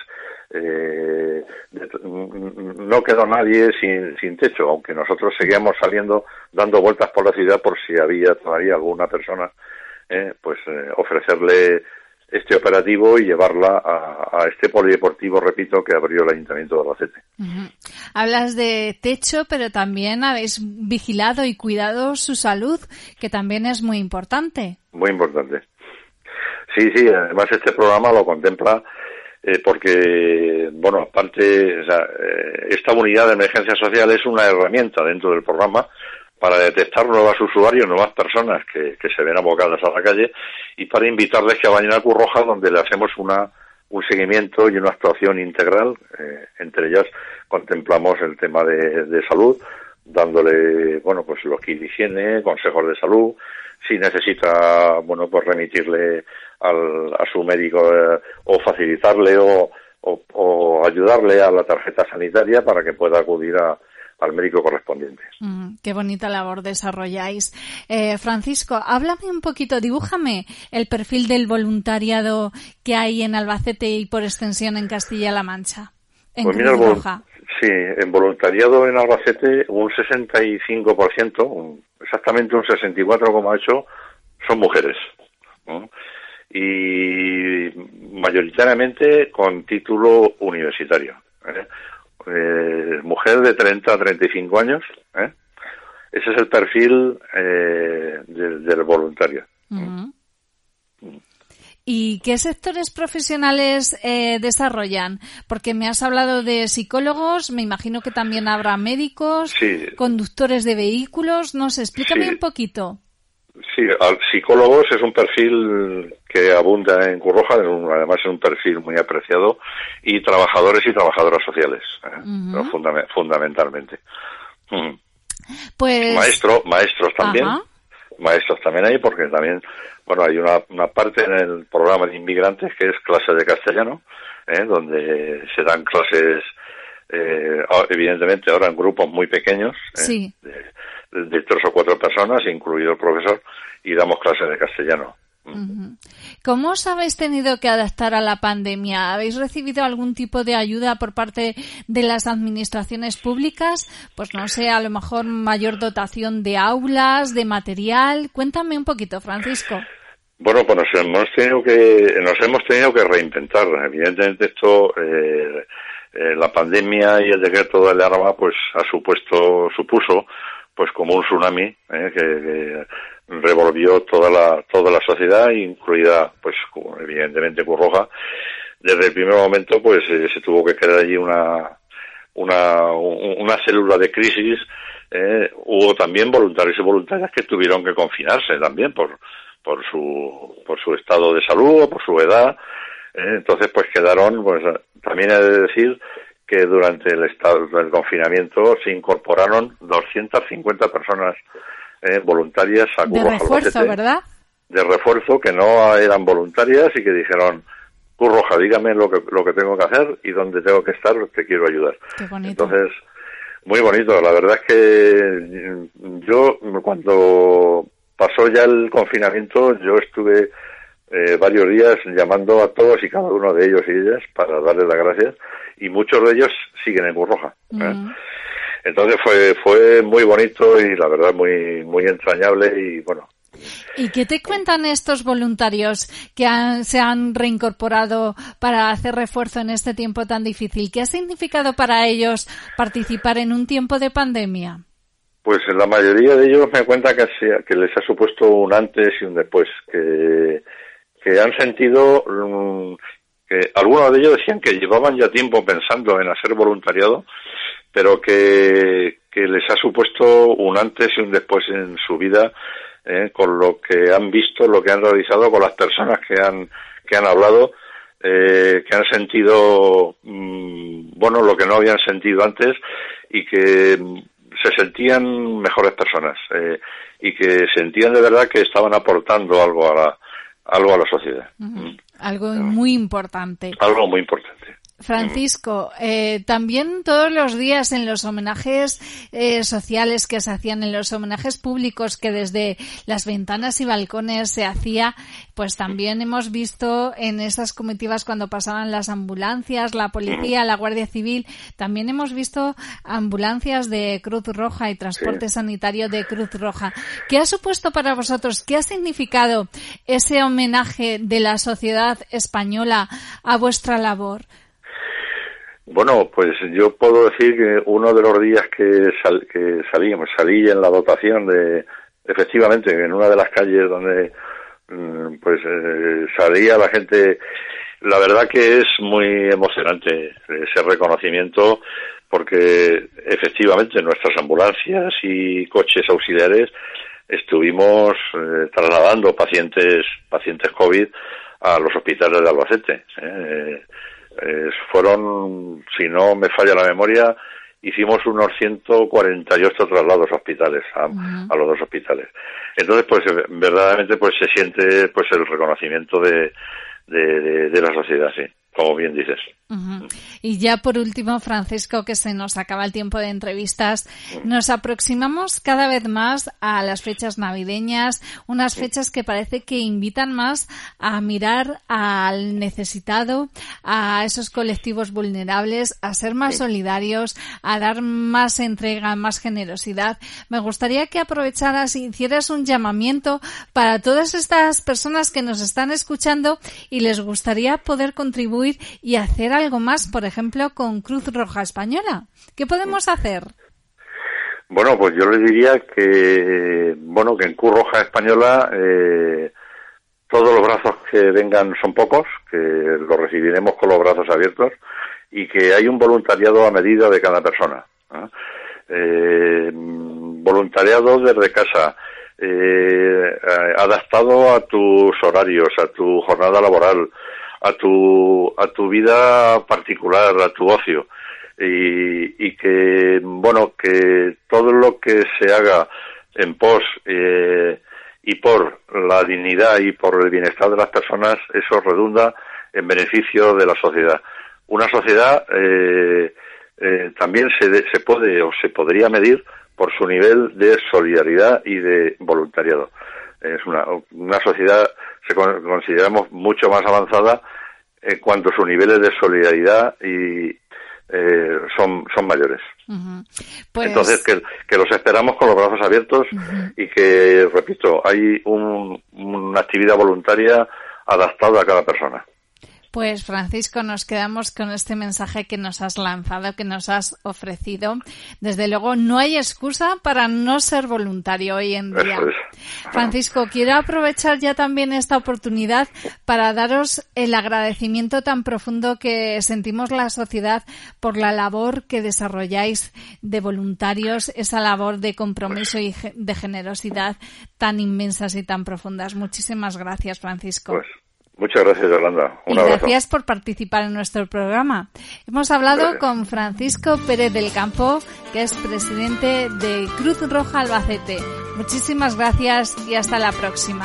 no quedó nadie sin techo, aunque nosotros seguíamos saliendo dando vueltas por la ciudad por si había todavía alguna persona, ofrecerle este operativo y llevarla a este polideportivo, repito, que abrió el Ayuntamiento de Albacete. Uh-huh. Hablas de techo, pero también habéis vigilado y cuidado su salud, que también es muy importante. Muy importante. Sí, además este programa lo contempla porque, bueno, aparte, esta unidad de emergencia social es una herramienta dentro del programa para detectar nuevos usuarios, nuevas personas que se ven abocadas a la calle y para invitarles que vayan a Cruz Roja, donde le hacemos un seguimiento y una actuación integral. Entre ellas contemplamos el tema de salud, dándole, bueno, pues los kits de higiene, consejos de salud, si necesita, bueno, pues remitirle a su médico o facilitarle o ayudarle a la tarjeta sanitaria para que pueda acudir al médico correspondiente. Qué bonita labor desarrolláis. Francisco, háblame un poquito, dibújame el perfil del voluntariado que hay en Albacete y por extensión en Castilla-La Mancha. Pues mira, sí, en voluntariado en Albacete un 65%, exactamente un 64,8% son mujeres, ¿no? Y mayoritariamente con título universitario. Mujer de 30 a 35 años, ese es el perfil del voluntario. Uh-huh. ¿Y qué sectores profesionales desarrollan? Porque me has hablado de psicólogos, me imagino que también habrá médicos, conductores de vehículos, no sé, explícame un poquito. Sí, psicólogos es un perfil que abunda en Cruz Roja, además es un perfil muy apreciado, y trabajadores y trabajadoras sociales, fundamentalmente. Pues maestros también. Ajá. Maestros también hay, porque también, bueno, hay una parte en el programa de inmigrantes que es clase de castellano, donde se dan clases, evidentemente ahora en grupos muy pequeños, de 3 o 4 personas, incluido el profesor, y damos clases de castellano. ¿Cómo os habéis tenido que adaptar a la pandemia? ¿Habéis recibido algún tipo de ayuda por parte de las administraciones públicas? Pues no sé, a lo mejor mayor dotación de aulas, de material. Cuéntame un poquito, Francisco. Bueno, pues nos hemos tenido que reinventar. Evidentemente esto, la pandemia y el decreto de alarma, pues supuso pues como un tsunami que revolvió toda la sociedad, incluida pues evidentemente Cruz Roja. Desde el primer momento pues se tuvo que crear allí una célula de crisis. Hubo también voluntarios y voluntarias que tuvieron que confinarse también por su estado de salud o por su edad. Entonces pues quedaron, pues también he de decir que durante el estado del confinamiento se incorporaron 250 personas voluntarias a Cruz Roja. De refuerzo, ¿verdad? De refuerzo, que no eran voluntarias y que dijeron: Cruz Roja, dígame lo que tengo que hacer y dónde tengo que estar, te quiero ayudar. Qué bonito. Entonces, muy bonito. La verdad es que yo, cuando pasó ya el confinamiento, yo estuve varios días llamando a todos y cada uno de ellos y ellas para darles las gracias, y muchos de ellos siguen en Cruz Roja. Entonces fue muy bonito y la verdad muy entrañable, y bueno. ¿Y qué te cuentan estos voluntarios que se han reincorporado para hacer refuerzo en este tiempo tan difícil? ¿Qué ha significado para ellos participar en un tiempo de pandemia? Pues la mayoría de ellos me cuentan que les ha supuesto un antes y un después, que han sentido que algunos de ellos decían que llevaban ya tiempo pensando en hacer voluntariado, pero que les ha supuesto un antes y un después en su vida, con lo que han visto, lo que han realizado, con las personas que han hablado, que han sentido lo que no habían sentido antes, y que se sentían mejores personas, y que sentían de verdad que estaban aportando algo a la sociedad. Algo muy importante. Algo muy importante. Francisco, también todos los días en los homenajes sociales que se hacían, en los homenajes públicos que desde las ventanas y balcones se hacía, pues también hemos visto en esas comitivas cuando pasaban las ambulancias, la policía, la Guardia Civil, también hemos visto ambulancias de Cruz Roja y transporte sanitario de Cruz Roja. ¿Qué ha supuesto para vosotros? ¿Qué ha significado ese homenaje de la sociedad española a vuestra labor? Bueno, pues yo puedo decir que uno de los días que salí en la dotación efectivamente, en una de las calles donde salía la gente. La verdad que es muy emocionante ese reconocimiento, porque efectivamente nuestras ambulancias y coches auxiliares estuvimos trasladando pacientes COVID a los hospitales de Albacete. Fueron, si no me falla la memoria, hicimos unos 148 traslados a hospitales, a los 2 hospitales. Entonces, pues verdaderamente pues se siente pues el reconocimiento de la sociedad, sí, como bien dices. Y ya por último, Francisco, que se nos acaba el tiempo de entrevistas, nos aproximamos cada vez más a las fechas navideñas, unas fechas que parece que invitan más a mirar al necesitado, a esos colectivos vulnerables, a ser más solidarios, a dar más entrega, más generosidad. Me gustaría que aprovecharas y hicieras un llamamiento para todas estas personas que nos están escuchando y les gustaría poder contribuir y hacer algo más, por ejemplo, con Cruz Roja Española. ¿Qué podemos hacer? Bueno, pues yo les diría que en Cruz Roja Española todos los brazos que vengan son pocos, que los recibiremos con los brazos abiertos y que hay un voluntariado a medida de cada persona. Voluntariado desde casa, adaptado a tus horarios, a tu jornada laboral, a tu vida particular, a tu ocio, y que todo lo que se haga en pos y por la dignidad y por el bienestar de las personas, eso redunda en beneficio de la sociedad. Una sociedad también se puede o se podría medir por su nivel de solidaridad y de voluntariado. Es una sociedad, consideramos mucho más avanzada en cuanto a sus niveles de solidaridad y son mayores. Uh-huh. Pues... Entonces que los esperamos con los brazos abiertos, uh-huh, y que, repito, hay una actividad voluntaria adaptada a cada persona. Pues Francisco, nos quedamos con este mensaje que nos has lanzado, que nos has ofrecido. Desde luego no hay excusa para no ser voluntario hoy en día. Eso es. Francisco, quiero aprovechar ya también esta oportunidad para daros el agradecimiento tan profundo que sentimos la sociedad por la labor que desarrolláis de voluntarios, esa labor de compromiso y de generosidad tan inmensas y tan profundas. Muchísimas gracias, Francisco. Pues muchas gracias, Yolanda. Un abrazo. Gracias por participar en nuestro programa. Hemos hablado con Francisco Pérez del Campo, que es presidente de Cruz Roja Albacete. Muchísimas gracias y hasta la próxima.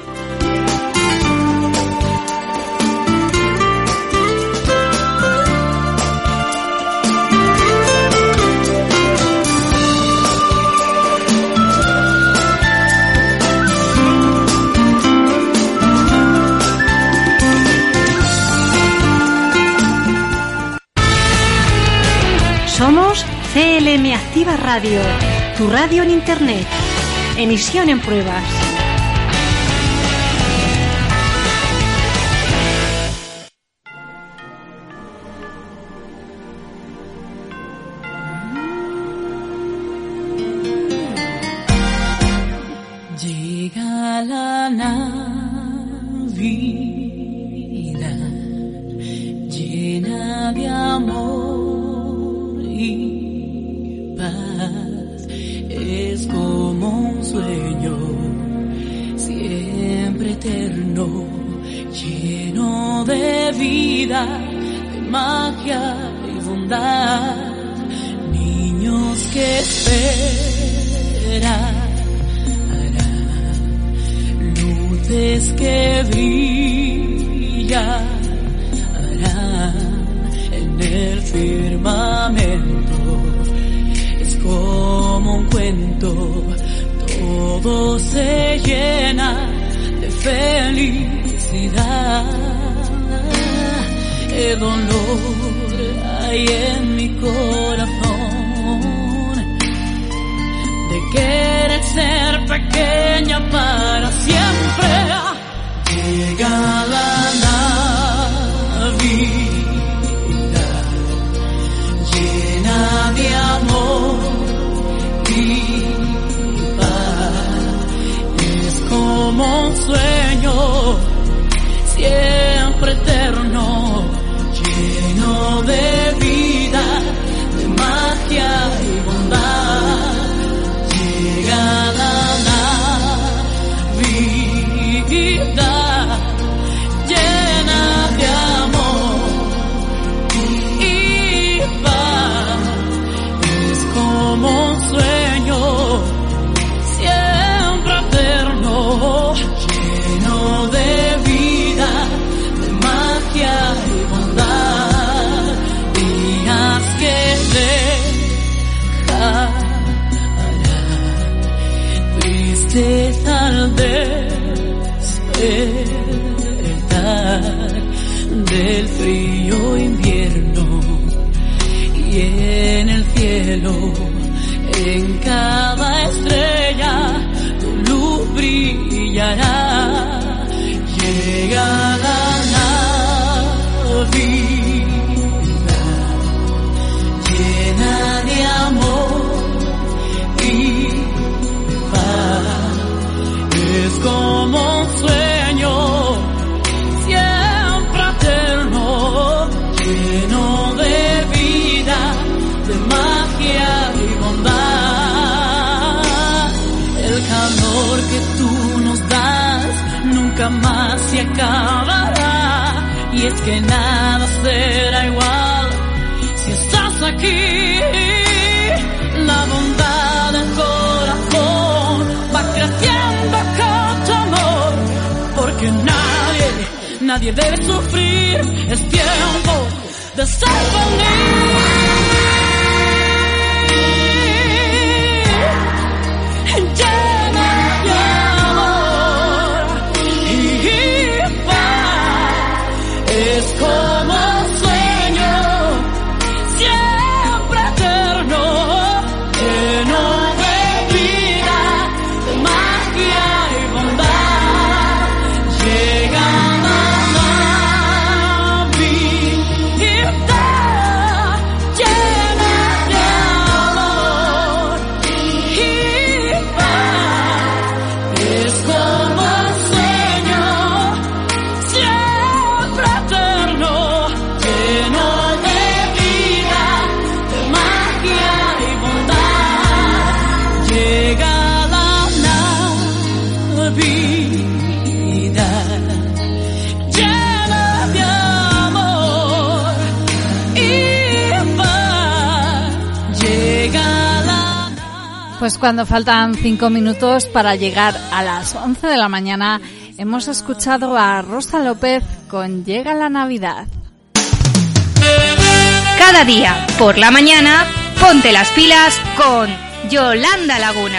Somos CLM Activa Radio, tu radio en Internet. Emisión en pruebas. Llega la Navidad llena de amor y paz, es como un sueño siempre eterno, lleno de vida, de magia y bondad. Niños que esperan, luces que brillan en el firmamento, es como un cuento, todo se llena de felicidad. El dolor hay en mi corazón de querer ser pequeña para siempre. Llega la Navidad llena de amor y paz, es como un sueño siempre eterno, lleno de vida, de magia y bondad. Llega la Navidad llena de amor y paz, es como un sueño siempre eterno, lleno de vida, de magia y bondad. Días que dejarán tristeza al despertar del frío invierno, y en el cielo, en cada estrella, tu luz brillará. Llega la Navidad llena de amor y paz, es como un sueño es que nada será igual si estás aquí. La bondad del corazón va creciendo con tu amor, porque nadie debe sufrir. Es tiempo de ser feliz. Llena de amor y paz. Es como un sueño siempre eterno, lleno de vida, de magia y bondad. Llega la Navidad, llena de amor y paz. Es como un sueño siempre eterno, lleno de vida, de magia y bondad. Llega la Navidad, llena de amor y paz. Llega la Pues cuando faltan 5 minutos para llegar a las 11 de la mañana, hemos escuchado a Rosa López con Llega la Navidad. Cada día, por la mañana, ponte las pilas con Yolanda Laguna.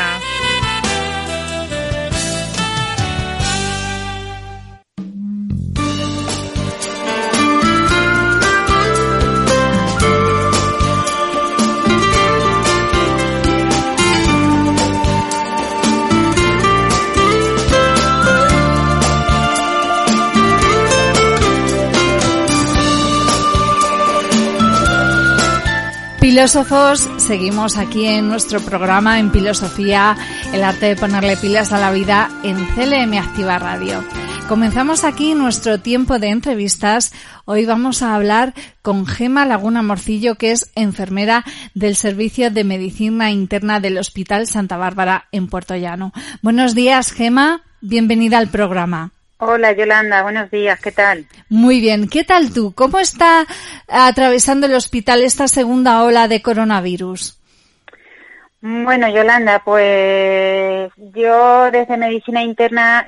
Filósofos, seguimos aquí en nuestro programa en Filosofía, el arte de ponerle pilas a la vida en CLM Activa Radio. Comenzamos aquí nuestro tiempo de entrevistas. Hoy vamos a hablar con Gema Laguna Morcillo, que es enfermera del Servicio de Medicina Interna del Hospital Santa Bárbara en Puertollano. Buenos días, Gema. Bienvenida al programa. Hola Yolanda, buenos días, ¿qué tal? Muy bien, ¿qué tal tú? ¿Cómo está atravesando el hospital esta segunda ola de coronavirus? Bueno, Yolanda, pues yo desde Medicina Interna,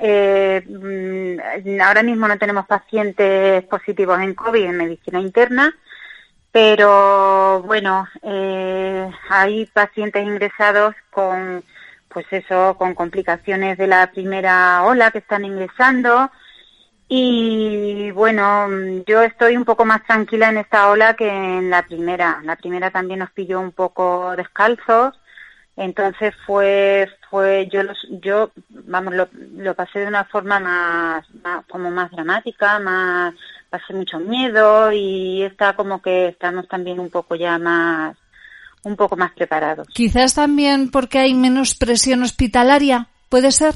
ahora mismo no tenemos pacientes positivos en COVID en Medicina Interna, pero bueno, hay pacientes ingresados con con complicaciones de la primera ola que están ingresando. Y bueno, yo estoy un poco más tranquila en esta ola que en la primera. La primera también nos pilló un poco descalzos, entonces yo lo pasé de una forma más dramática, pasé mucho miedo, y está como que estamos también un poco más preparados. Quizás también porque hay menos presión hospitalaria, ¿puede ser?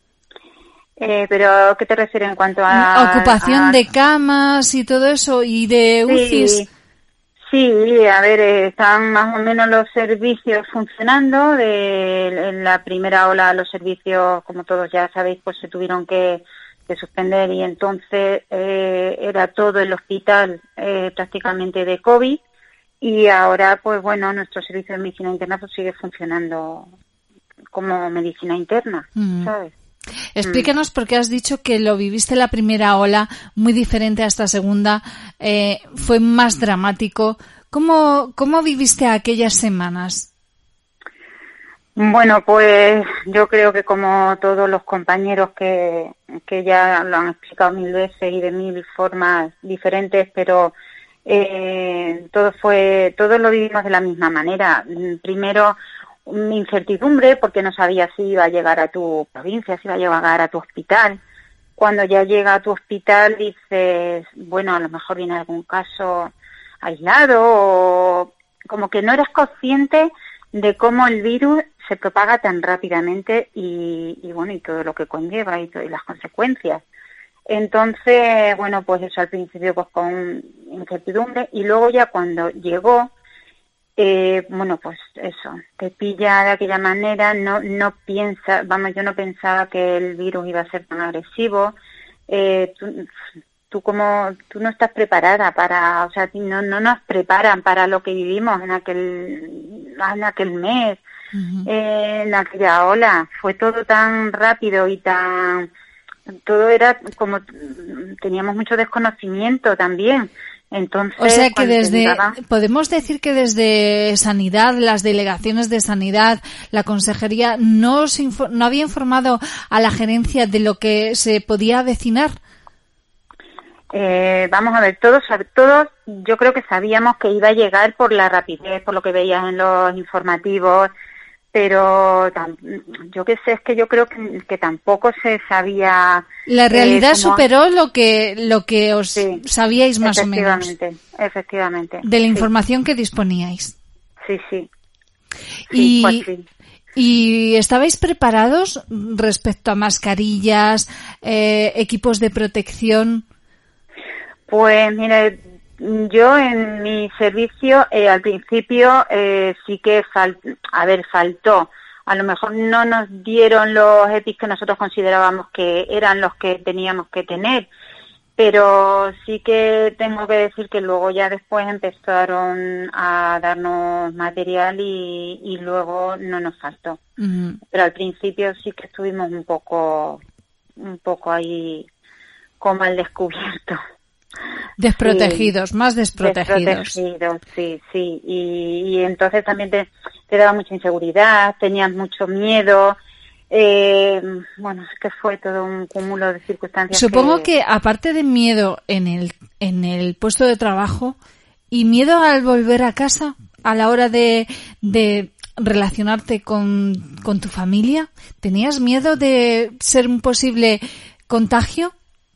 Pero ¿qué te refieres en cuanto a ocupación de camas y todo eso, y de UCIs? Sí, a ver, están más o menos los servicios funcionando. En la primera ola los servicios, como todos ya sabéis, pues se tuvieron que suspender, y entonces era todo el hospital prácticamente de COVID. Y ahora, pues bueno, nuestro servicio de medicina interna pues sigue funcionando como medicina interna, ¿sabes? Explícanos, porque has dicho que lo viviste la primera ola muy diferente a esta segunda, fue más dramático. ¿Cómo viviste aquellas semanas? Bueno, pues yo creo que como todos los compañeros que ya lo han explicado 1000 veces y de 1000 formas diferentes, pero todos lo vivimos de la misma manera. Primero, incertidumbre, porque no sabías si iba a llegar a tu provincia, si iba a llegar a tu hospital. Cuando ya llega a tu hospital dices, bueno, a lo mejor viene algún caso aislado, o como que no eres consciente de cómo el virus se propaga tan rápidamente y bueno, y todo lo que conlleva y las consecuencias. Entonces, bueno, pues eso al principio pues con incertidumbre, y luego ya cuando llegó, bueno, pues eso, te pilla de aquella manera, no piensa, yo no pensaba que el virus iba a ser tan agresivo, tú no estás preparada para, o sea, no nos preparan para lo que vivimos en aquel mes, en aquella ola. Fue todo tan rápido y todo era como, teníamos mucho desconocimiento también. Entonces, o sea que podemos decir que desde Sanidad, las delegaciones de Sanidad, la consejería, no había informado a la gerencia de lo que se podía avecinar. Vamos a ver, todos yo creo que sabíamos que iba a llegar por la rapidez, por lo que veías en los informativos, pero yo qué sé, es que yo creo que tampoco se sabía. La realidad superó lo que os sabíais más o menos. Efectivamente. De la información que disponíais. Sí. ¿Y estabais preparados respecto a mascarillas, equipos de protección? Pues mire, yo en mi servicio al principio sí que faltó. A lo mejor no nos dieron los EPIs que nosotros considerábamos que eran los que teníamos que tener, pero sí que tengo que decir que luego ya después empezaron a darnos material y luego no nos faltó. Pero al principio sí que estuvimos un poco ahí como al descubierto. Desprotegidos, más desprotegidos. Sí. Y entonces también te daba mucha inseguridad, tenías mucho miedo. Bueno, es que fue todo un cúmulo de circunstancias. Supongo que aparte de miedo en el puesto de trabajo y miedo al volver a casa a la hora de relacionarte con tu familia, ¿tenías miedo de ser un posible contagio?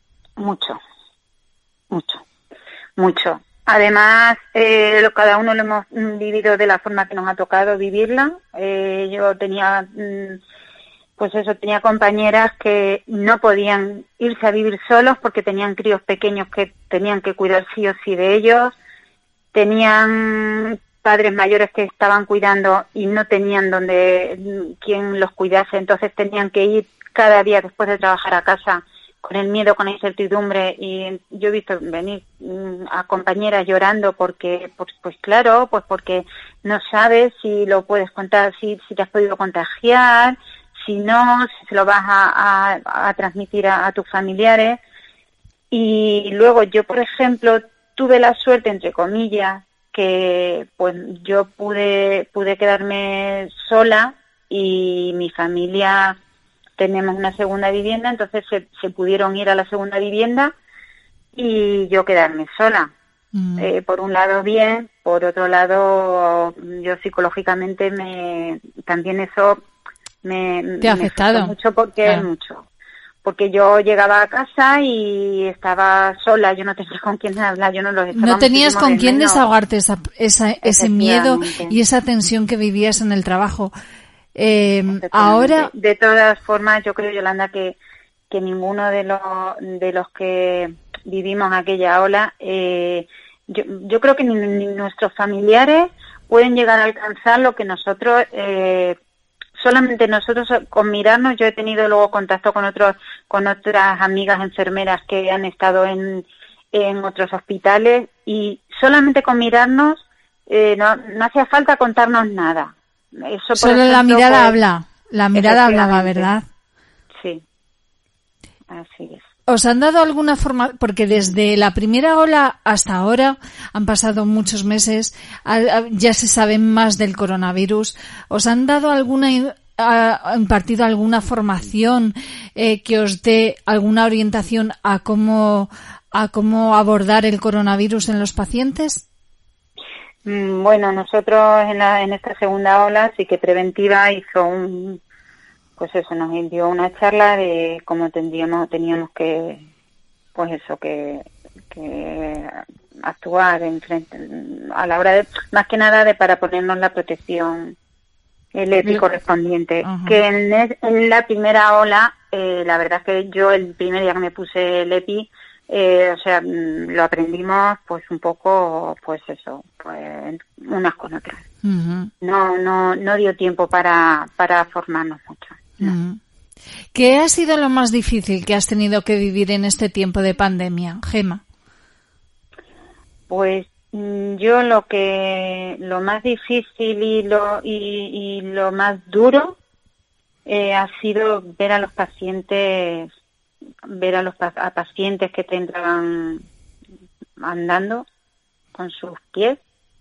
Mucho. Además, cada uno lo hemos vivido de la forma que nos ha tocado vivirla. Yo tenía, tenía compañeras que no podían irse a vivir solos porque tenían críos pequeños que tenían que cuidar sí o sí de ellos. Tenían padres mayores que estaban cuidando y no tenían quien los cuidase, entonces tenían que ir cada día después de trabajar a casa con el miedo, con la incertidumbre, y yo he visto venir a compañeras llorando porque no sabes si lo puedes contar, si te has podido contagiar, si no, si se lo vas a transmitir a tus familiares. Y luego yo, por ejemplo, tuve la suerte, entre comillas, que pues yo pude quedarme sola y mi familia tenemos una segunda vivienda, entonces se pudieron ir a la segunda vivienda y yo quedarme sola. Por un lado bien, por otro lado yo psicológicamente también eso me ha afectado mucho porque yo llegaba a casa y estaba sola, yo no tenía con quién hablar, yo no tenías con quién desahogarte ese miedo y esa tensión que vivías en el trabajo. Ahora, de todas formas, yo creo, Yolanda, que ninguno de los que vivimos aquella ola, yo creo que ni nuestros familiares pueden llegar a alcanzar lo que nosotros, solamente nosotros con mirarnos. Yo he tenido luego contacto con otras amigas enfermeras que han estado en otros hospitales y solamente con mirarnos no hacía falta contarnos nada. Eso, solo ejemplo, la mirada habla. La mirada hablaba, ¿verdad? Sí, así es. ¿Os han dado alguna forma? Porque desde la primera ola hasta ahora han pasado muchos meses, ya se sabe más del coronavirus. ¿Os han dado impartido alguna formación que os dé alguna orientación a cómo abordar el coronavirus en los pacientes? Bueno, nosotros en esta segunda ola sí que Preventiva hizo nos dio una charla de cómo teníamos que actuar a la hora de, más que nada para ponernos la protección, el EPI correspondiente. Uh-huh. Que en la primera ola, la verdad es que yo el primer día que me puse el EPI, lo aprendimos pues un poco, unas con otras. Uh-huh. No dio tiempo para formarnos mucho. No. Uh-huh. ¿Qué ha sido lo más difícil que has tenido que vivir en este tiempo de pandemia, Gema? Pues yo lo más difícil y lo más duro ha sido ver a pacientes que te entraban andando con sus pies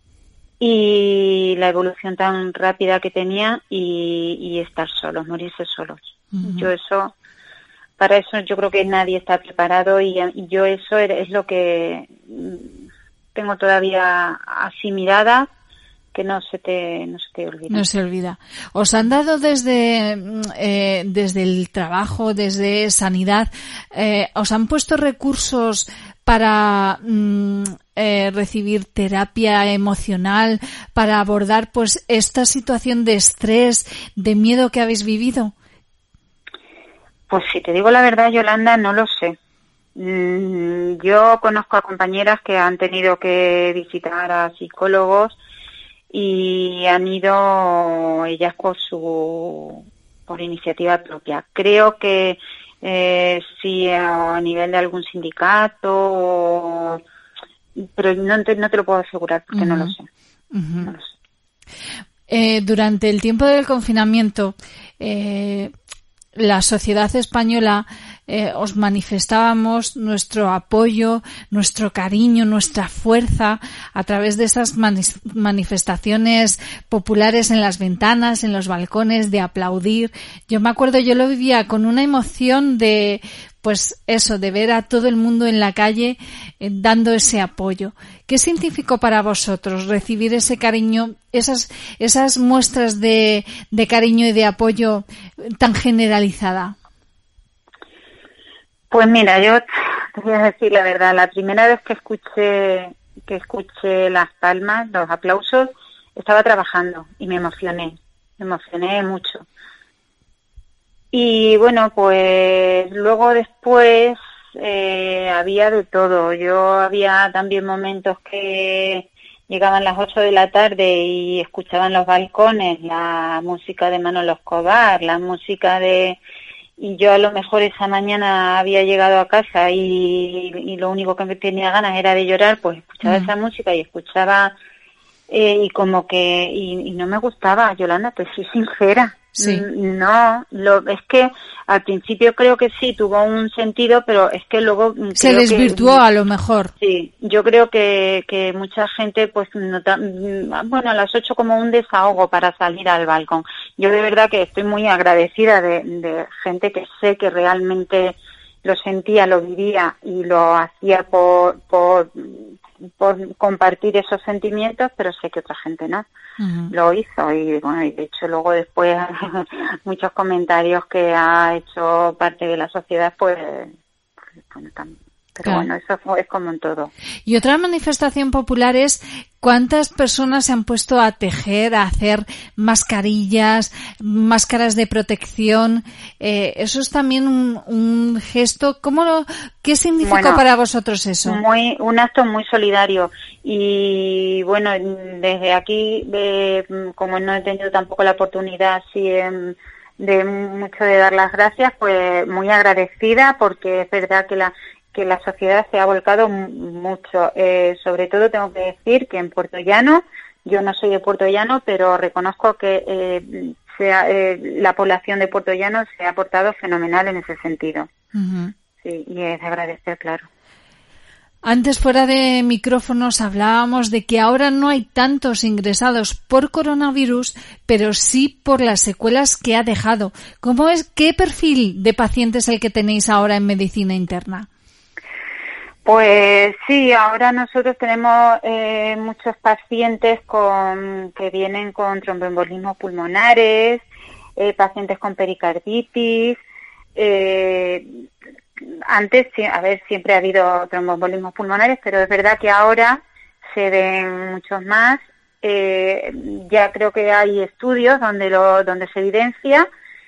y la evolución tan rápida que tenía y estar solos, morirse solos. Uh-huh. Para eso yo creo que nadie está preparado y yo eso es lo que tengo todavía así mirada, que no se te olvida. No se olvida. ¿Os han dado desde el trabajo, desde sanidad, os han puesto recursos para recibir terapia emocional, para abordar pues esta situación de estrés, de miedo que habéis vivido? Pues si te digo la verdad, Yolanda, no lo sé. Yo conozco a compañeras que han tenido que visitar a psicólogos y han ido ellas por iniciativa propia. Creo que sí a nivel de algún sindicato, pero no te lo puedo asegurar porque no lo sé. Uh-huh. No lo sé. Durante el tiempo del confinamiento, la sociedad española os manifestábamos nuestro apoyo, nuestro cariño, nuestra fuerza a través de esas manifestaciones populares en las ventanas, en los balcones, de aplaudir. Yo me acuerdo, yo lo vivía con una emoción de de ver a todo el mundo en la calle dando ese apoyo. ¿Qué significó para vosotros recibir ese cariño, esas muestras de cariño y de apoyo tan generalizada? Pues mira, yo te voy a decir la verdad, la primera vez que escuché las palmas, los aplausos, estaba trabajando y me emocioné mucho. Y bueno, pues luego después había de todo. Yo había también momentos que llegaban las 8 de la tarde y escuchaban los balcones la música de Manolo Escobar, la música y yo a lo mejor esa mañana había llegado a casa y lo único que me tenía ganas era de llorar, pues escuchaba esa música y escuchaba y como que y no me gustaba, Yolanda, pues soy sincera. Sí. No, es que al principio creo que sí tuvo un sentido, pero es que luego se desvirtuó a lo mejor. Sí, yo creo que mucha gente pues nota, a las 8 como un desahogo para salir al balcón. Yo de verdad que estoy muy agradecida de gente que sé que realmente lo sentía, lo vivía y lo hacía por compartir esos sentimientos, pero sé que otra gente no lo hizo y bueno, y de hecho luego después muchos comentarios que ha hecho parte de la sociedad pues bueno, también. Pero claro. Bueno, eso es como en todo. Y otra manifestación popular es cuántas personas se han puesto a tejer, a hacer mascarillas, máscaras de protección. Eso es también un gesto. ¿Qué significó para vosotros eso? Un acto muy solidario. Y bueno, desde aquí, como no he tenido tampoco la oportunidad así de mucho de dar las gracias, pues muy agradecida porque es verdad que la sociedad se ha volcado mucho. Sobre todo tengo que decir que en Puerto Llano, yo no soy de Puerto Llano, pero reconozco que la población de Puerto Llano se ha portado fenomenal en ese sentido. Uh-huh. Sí, y es de agradecer, claro. Antes, fuera de micrófonos, hablábamos de que ahora no hay tantos ingresados por coronavirus, pero sí por las secuelas que ha dejado. ¿Qué perfil de paciente es el que tenéis ahora en medicina interna? Pues sí, ahora nosotros tenemos muchos pacientes que vienen con tromboembolismos pulmonares, pacientes con pericarditis. Antes, siempre ha habido tromboembolismos pulmonares, pero es verdad que ahora se ven muchos más. Ya creo que hay estudios donde se evidencia.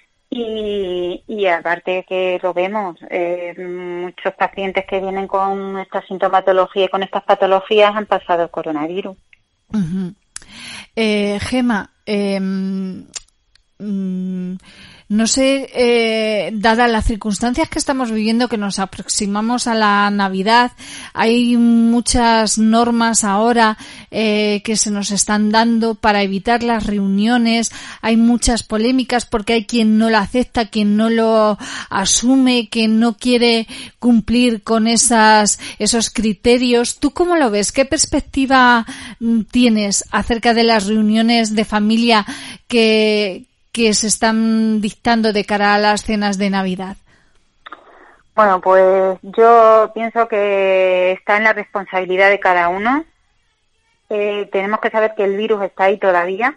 Y aparte que lo vemos, muchos pacientes que vienen con esta sintomatología y con estas patologías han pasado el coronavirus. Uh-huh. Gema, No sé, dadas las circunstancias que estamos viviendo, que nos aproximamos a la Navidad, hay muchas normas ahora que se nos están dando para evitar las reuniones, hay muchas polémicas porque hay quien no la acepta, quien no lo asume, quien no quiere cumplir con esos criterios. ¿Tú cómo lo ves? ¿Qué perspectiva tienes acerca de las reuniones de familia que se están dictando de cara a las cenas de Navidad? Bueno, pues yo pienso que está en la responsabilidad de cada uno. Tenemos que saber que el virus está ahí todavía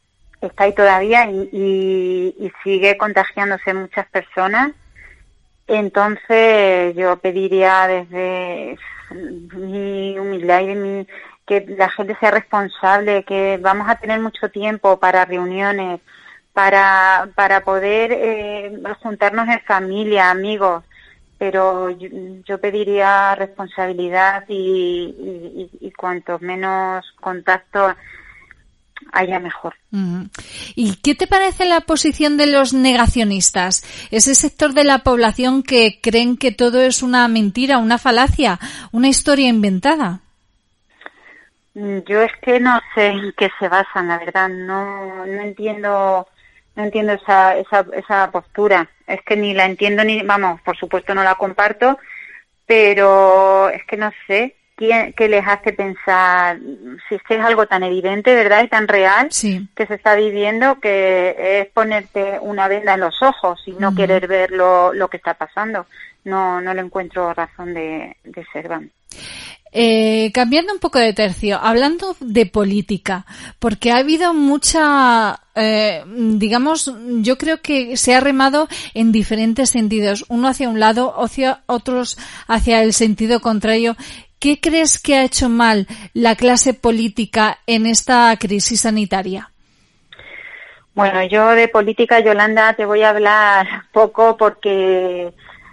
y sigue contagiándose muchas personas. Entonces yo pediría desde mi humildad que la gente sea responsable, que vamos a tener mucho tiempo para reuniones, para poder juntarnos en familia, amigos, pero yo pediría responsabilidad y cuanto menos contacto haya mejor. ¿Y qué te parece la posición de los negacionistas? Ese sector de la población que creen que todo es una mentira, una falacia, una historia inventada. Yo es que no sé en qué se basan, la verdad, no entiendo esa postura. Es que ni la entiendo por supuesto no la comparto, pero es que no sé qué les hace pensar, si es que es algo tan evidente, ¿verdad? Y tan real, sí, que se está viviendo, que es ponerte una venda en los ojos y no querer ver lo que está pasando. No le encuentro razón de ser, vamos. Cambiando un poco de tercio, hablando de política, porque ha habido mucha, yo creo que se ha remado en diferentes sentidos, uno hacia un lado, otros hacia el sentido contrario. ¿Qué crees que ha hecho mal la clase política en esta crisis sanitaria? Bueno, yo de política, Yolanda, te voy a hablar poco porque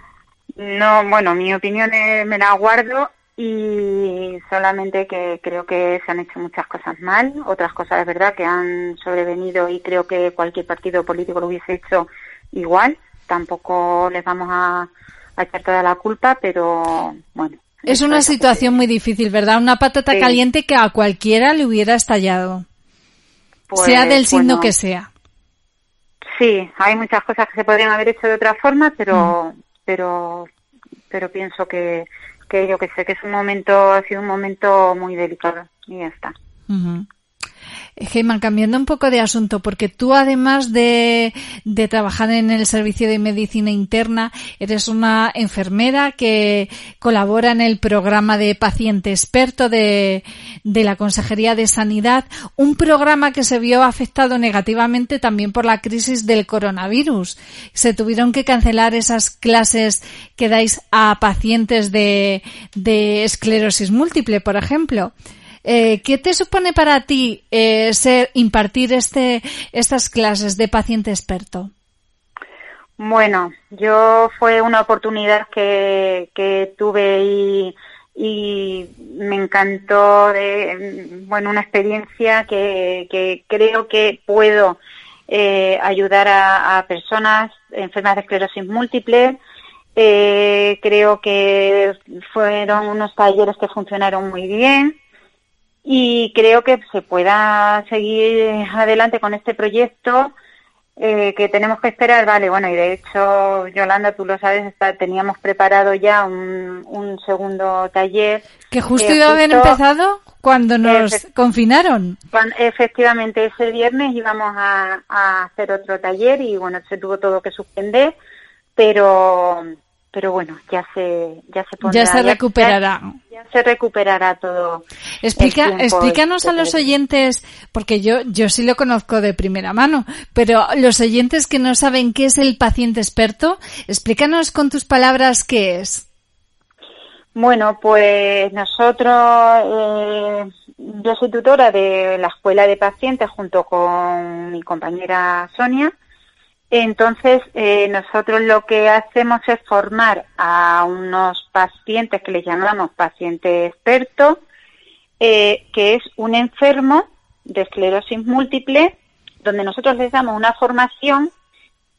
mi opinión me la guardo y solamente que creo que se han hecho muchas cosas mal, otras cosas es verdad que han sobrevenido y creo que cualquier partido político lo hubiese hecho igual. Tampoco les vamos a echar toda la culpa, pero bueno. Es una situación muy difícil, ¿verdad? Una patata caliente que a cualquiera le hubiera estallado, sea del signo que sea. Sí, hay muchas cosas que se podrían haber hecho de otra forma, pero pienso que yo que sé que ha sido un momento muy delicado y ya está. Gema, cambiando un poco de asunto, porque tú además de trabajar en el servicio de medicina interna, eres una enfermera que colabora en el programa de paciente experto de la Consejería de Sanidad, un programa que se vio afectado negativamente también por la crisis del coronavirus. Se tuvieron que cancelar esas clases que dais a pacientes de esclerosis múltiple, por ejemplo. ¿Qué te supone para ti impartir estas clases de paciente experto? Bueno, fue una oportunidad que tuve y me encantó, una experiencia que creo que puedo ayudar a personas enfermas de esclerosis múltiple. Creo que fueron unos talleres que funcionaron muy bien. Y creo que se pueda seguir adelante con este proyecto, que tenemos que esperar, y de hecho, Yolanda, tú lo sabes, teníamos preparado ya un segundo taller. Que justo iba a haber empezado cuando nos confinaron. Efectivamente, ese viernes íbamos a hacer otro taller y se tuvo todo que suspender, pero bueno, ya se pondrá. Ya se recuperará. Ya se recuperará todo. Explícanos a los oyentes, porque yo sí lo conozco de primera mano, pero los oyentes que no saben qué es el paciente experto, explícanos con tus palabras qué es. Bueno, pues nosotros, yo soy tutora de la Escuela de Pacientes junto con mi compañera Sonia. Entonces, nosotros lo que hacemos es formar a unos pacientes que les llamamos paciente experto, que es un enfermo de esclerosis múltiple, donde nosotros les damos una formación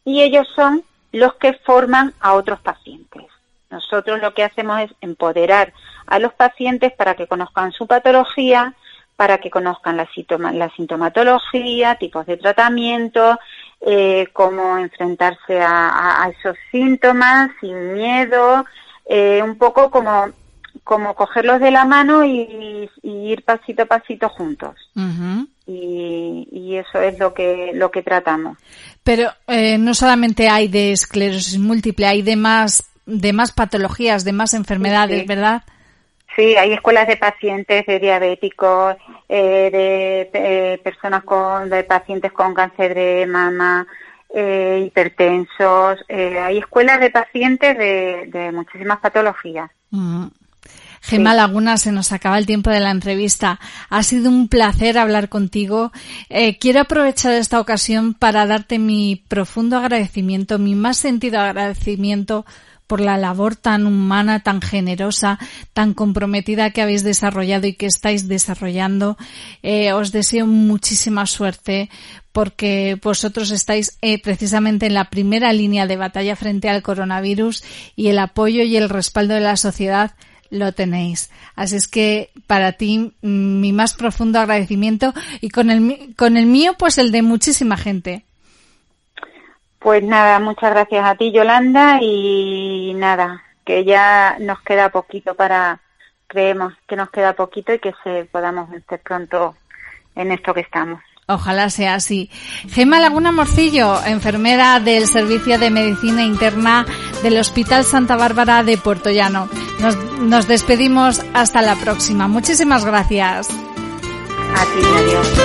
y ellos son los que forman a otros pacientes. Nosotros lo que hacemos es empoderar a los pacientes para que conozcan su patología, para que conozcan la sintomatología, tipos de tratamiento, cómo enfrentarse a esos síntomas sin miedo, un poco como cogerlos de la mano y ir pasito a pasito juntos. Uh-huh. Y eso es lo que tratamos. Pero no solamente hay de esclerosis múltiple, hay de más patologías, de más enfermedades, sí. ¿Verdad? Sí, hay escuelas de pacientes, de diabéticos, de personas de pacientes con cáncer de mama, hipertensos. Hay escuelas de pacientes de muchísimas patologías. Uh-huh. Gemma Laguna, se nos acaba el tiempo de la entrevista. Ha sido un placer hablar contigo. Quiero aprovechar esta ocasión para darte mi profundo agradecimiento, mi más sentido agradecimiento por la labor tan humana, tan generosa, tan comprometida que habéis desarrollado y que estáis desarrollando. Os deseo muchísima suerte porque vosotros estáis precisamente en la primera línea de batalla frente al coronavirus y el apoyo y el respaldo de la sociedad lo tenéis. Así es que para ti mi más profundo agradecimiento y con el mío pues el de muchísima gente. Pues nada, muchas gracias a ti, Yolanda, y nada, que ya nos queda poquito creemos que nos queda poquito y que podamos vencer pronto en esto que estamos. Ojalá sea así. Gemma Laguna Morcillo, enfermera del Servicio de Medicina Interna del Hospital Santa Bárbara de Puerto Llano. Nos despedimos hasta la próxima. Muchísimas gracias. A ti, adiós.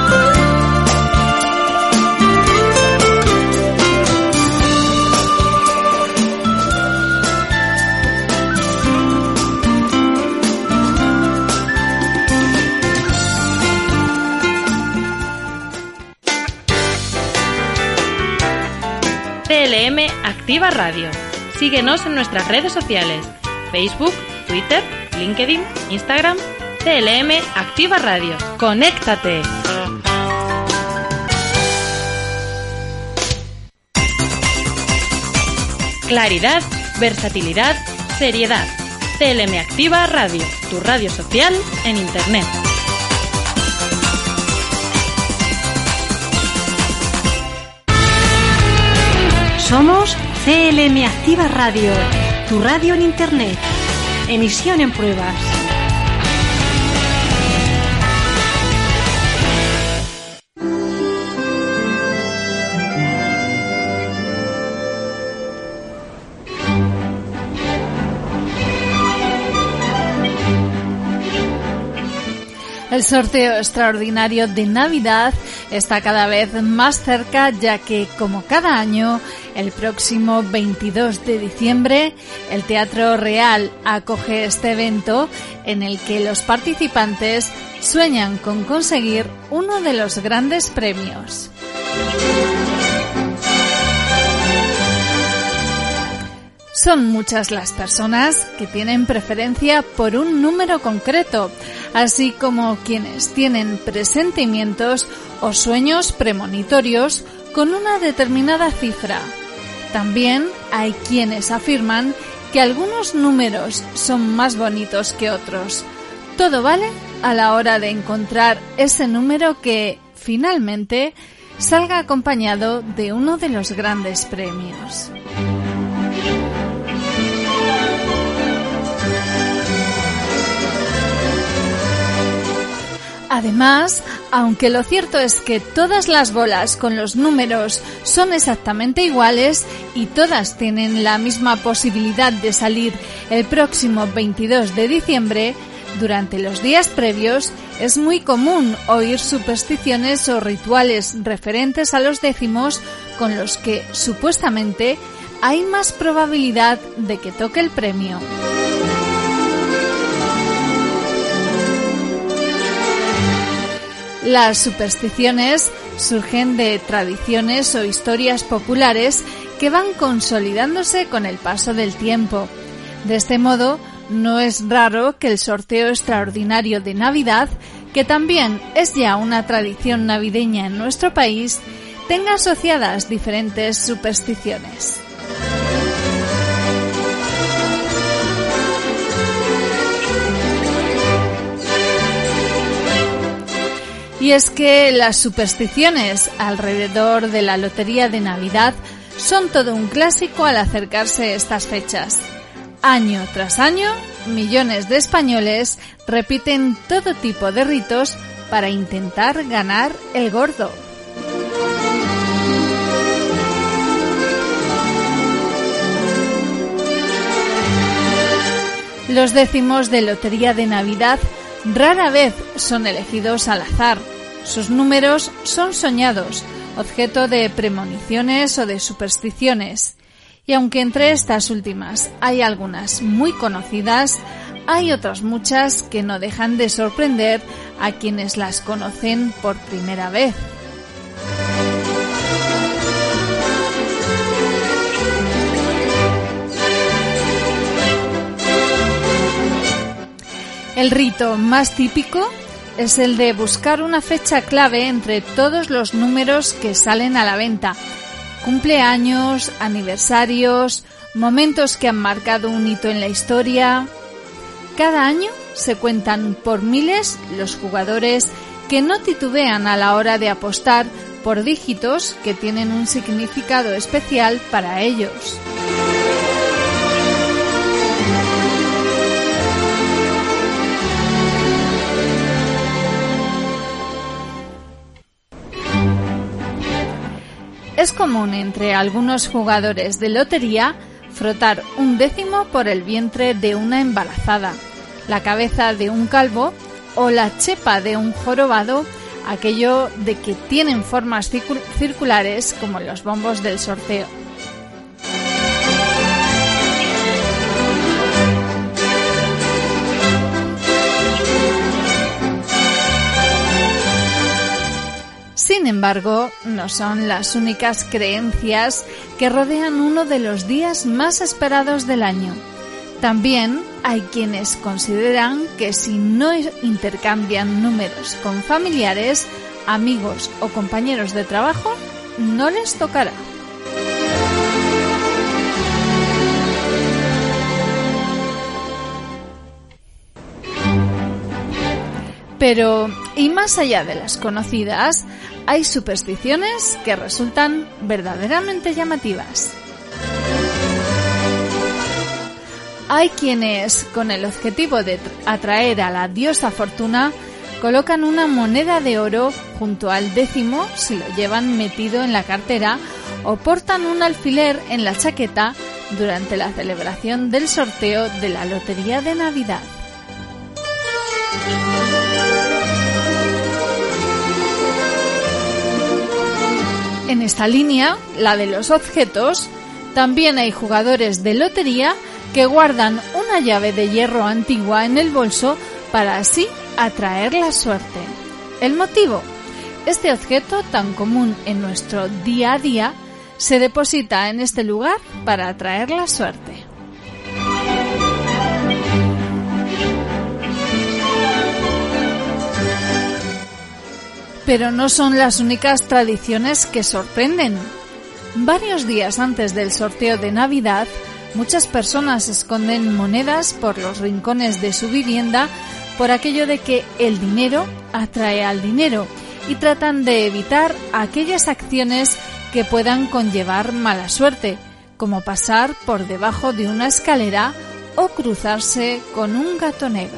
CLM Activa Radio. Síguenos en nuestras redes sociales: Facebook, Twitter, LinkedIn, Instagram. CLM Activa Radio. ¡Conéctate! Claridad, versatilidad, seriedad. CLM Activa Radio, tu radio social en Internet. Somos CLM Activa Radio, tu radio en Internet. Emisión en pruebas. El sorteo extraordinario de Navidad está cada vez más cerca, ya que, como cada año, el próximo 22 de diciembre, el Teatro Real acoge este evento en el que los participantes sueñan con conseguir uno de los grandes premios. Son muchas las personas que tienen preferencia por un número concreto, así como quienes tienen presentimientos o sueños premonitorios con una determinada cifra. También hay quienes afirman que algunos números son más bonitos que otros. Todo vale a la hora de encontrar ese número que, finalmente, salga acompañado de uno de los grandes premios. Además, aunque lo cierto es que todas las bolas con los números son exactamente iguales y todas tienen la misma posibilidad de salir el próximo 22 de diciembre, durante los días previos es muy común oír supersticiones o rituales referentes a los décimos con los que, supuestamente, hay más probabilidad de que toque el premio. Las supersticiones surgen de tradiciones o historias populares que van consolidándose con el paso del tiempo. De este modo, no es raro que el sorteo extraordinario de Navidad, que también es ya una tradición navideña en nuestro país, tenga asociadas diferentes supersticiones. Y es que las supersticiones alrededor de la Lotería de Navidad son todo un clásico al acercarse estas fechas. Año tras año, millones de españoles repiten todo tipo de ritos para intentar ganar el gordo. Los décimos de Lotería de Navidad rara vez son elegidos al azar. Sus números son soñados, objeto de premoniciones o de supersticiones. Y aunque entre estas últimas hay algunas muy conocidas, hay otras muchas que no dejan de sorprender a quienes las conocen por primera vez. El rito más típico es el de buscar una fecha clave entre todos los números que salen a la venta. Cumpleaños, aniversarios, momentos que han marcado un hito en la historia. Cada año se cuentan por miles los jugadores que no titubean a la hora de apostar por dígitos que tienen un significado especial para ellos. Es común entre algunos jugadores de lotería frotar un décimo por el vientre de una embarazada, la cabeza de un calvo o la chepa de un jorobado, aquello de que tienen formas circulares como los bombos del sorteo. Sin embargo, no son las únicas creencias que rodean uno de los días más esperados del año. También hay quienes consideran que si no intercambian números con familiares, amigos o compañeros de trabajo, no les tocará. Pero, y más allá de las conocidas, hay supersticiones que resultan verdaderamente llamativas. Hay quienes, con el objetivo de atraer a la diosa Fortuna, colocan una moneda de oro junto al décimo si lo llevan metido en la cartera o portan un alfiler en la chaqueta durante la celebración del sorteo de la Lotería de Navidad. En esta línea, la de los objetos, también hay jugadores de lotería que guardan una llave de hierro antigua en el bolso para así atraer la suerte. ¿El motivo? Este objeto tan común en nuestro día a día se deposita en este lugar para atraer la suerte. Pero no son las únicas tradiciones que sorprenden. Varios días antes del sorteo de Navidad, muchas personas esconden monedas por los rincones de su vivienda por aquello de que el dinero atrae al dinero y tratan de evitar aquellas acciones que puedan conllevar mala suerte, como pasar por debajo de una escalera o cruzarse con un gato negro.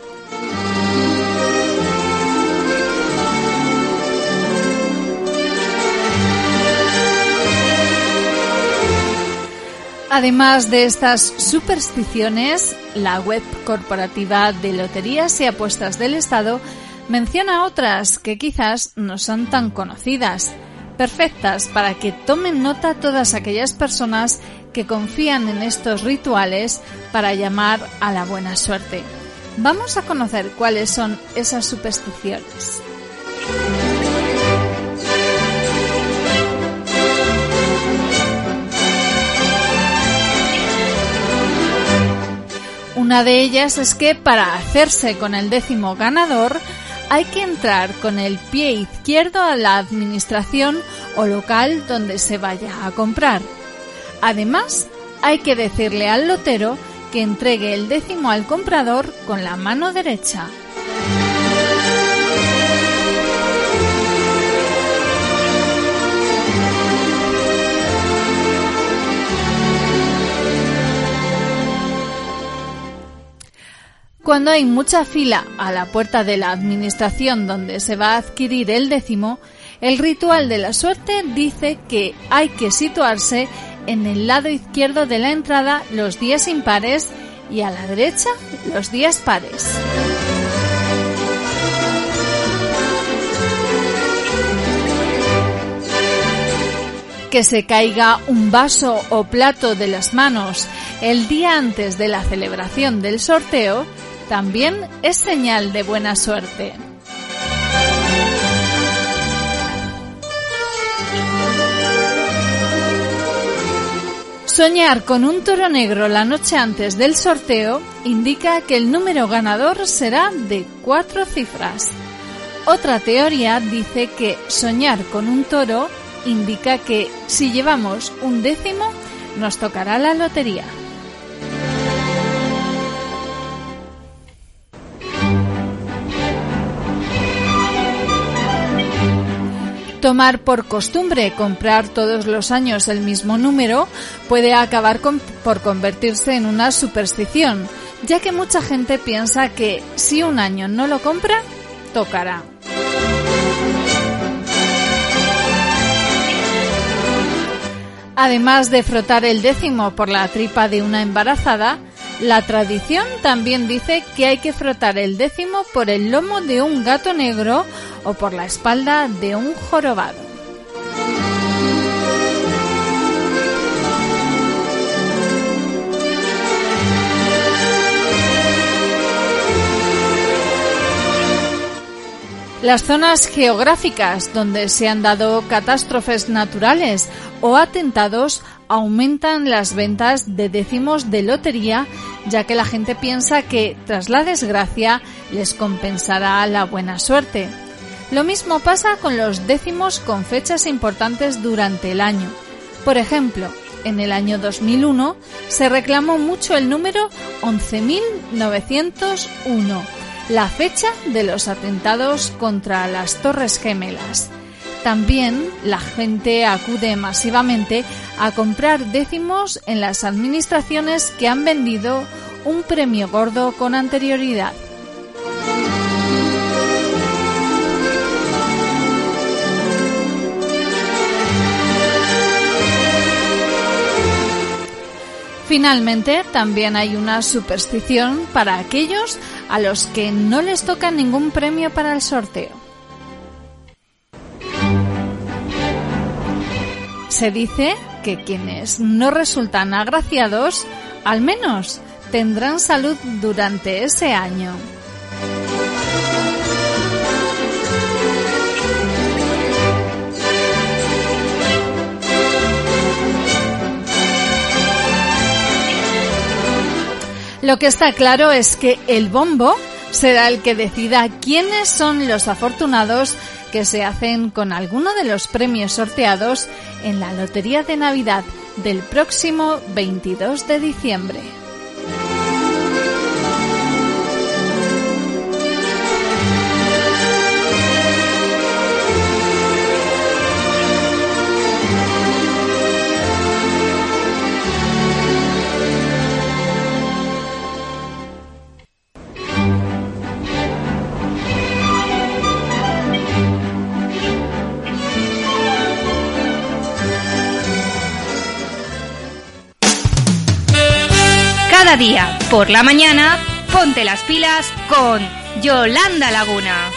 Además de estas supersticiones, la web corporativa de Loterías y Apuestas del Estado menciona otras que quizás no son tan conocidas, perfectas para que tomen nota todas aquellas personas que confían en estos rituales para llamar a la buena suerte. Vamos a conocer cuáles son esas supersticiones. Una de ellas es que para hacerse con el décimo ganador hay que entrar con el pie izquierdo a la administración o local donde se vaya a comprar. Además, hay que decirle al lotero que entregue el décimo al comprador con la mano derecha. Cuando hay mucha fila a la puerta de la administración donde se va a adquirir el décimo, el ritual de la suerte dice que hay que situarse en el lado izquierdo de la entrada los días impares y a la derecha los días pares. Que se caiga un vaso o plato de las manos el día antes de la celebración del sorteo también es señal de buena suerte. Soñar con un toro negro la noche antes del sorteo indica que el número ganador será de 4 cifras. Otra teoría dice que soñar con un toro indica que si llevamos un décimo nos tocará la lotería. Tomar por costumbre comprar todos los años el mismo número puede acabar por convertirse en una superstición, ya que mucha gente piensa que si un año no lo compra, tocará. Además de frotar el décimo por la tripa de una embarazada, la tradición también dice que hay que frotar el décimo por el lomo de un gato negro o por la espalda de un jorobado. Las zonas geográficas donde se han dado catástrofes naturales o atentados aumentan las ventas de décimos de lotería, ya que la gente piensa que tras la desgracia les compensará la buena suerte. Lo mismo pasa con los décimos con fechas importantes durante el año. Por ejemplo, en el año 2001 se reclamó mucho el número 11.901, la fecha de los atentados contra las Torres Gemelas. También la gente acude masivamente a comprar décimos en las administraciones que han vendido un premio gordo con anterioridad. Finalmente, también hay una superstición para aquellos a los que no les toca ningún premio para el sorteo. Se dice que quienes no resultan agraciados, al menos tendrán salud durante ese año. Lo que está claro es que el bombo será el que decida quiénes son los afortunados que se hacen con alguno de los premios sorteados en la Lotería de Navidad del próximo 22 de diciembre. Cada día, por la mañana, ponte las pilas con Yolanda Laguna.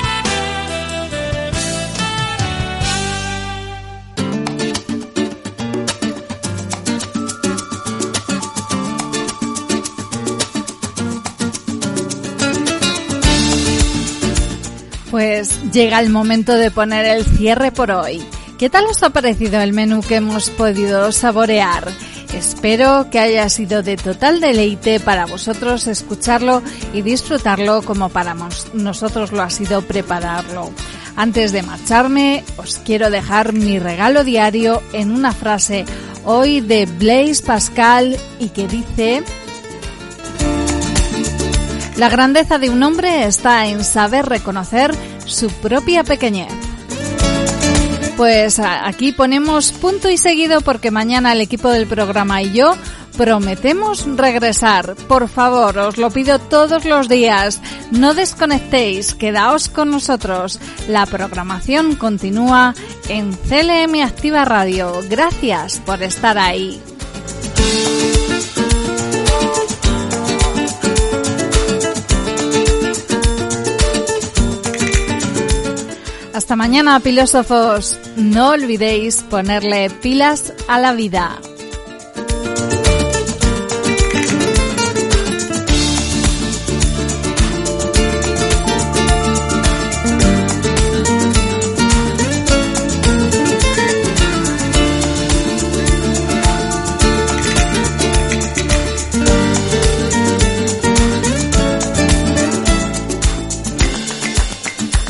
Pues llega el momento de poner el cierre por hoy. ¿Qué tal os ha parecido el menú que hemos podido saborear? Espero que haya sido de total deleite para vosotros escucharlo y disfrutarlo como para nosotros lo ha sido prepararlo. Antes de marcharme, os quiero dejar mi regalo diario en una frase hoy de Blaise Pascal y que dice: la grandeza de un hombre está en saber reconocer su propia pequeñez. Pues aquí ponemos punto y seguido porque mañana el equipo del programa y yo prometemos regresar. Por favor, os lo pido todos los días. No desconectéis, quedaos con nosotros. La programación continúa en CLM Activa Radio. Gracias por estar ahí. Hasta mañana, filósofos. No olvidéis ponerle pilas a la vida.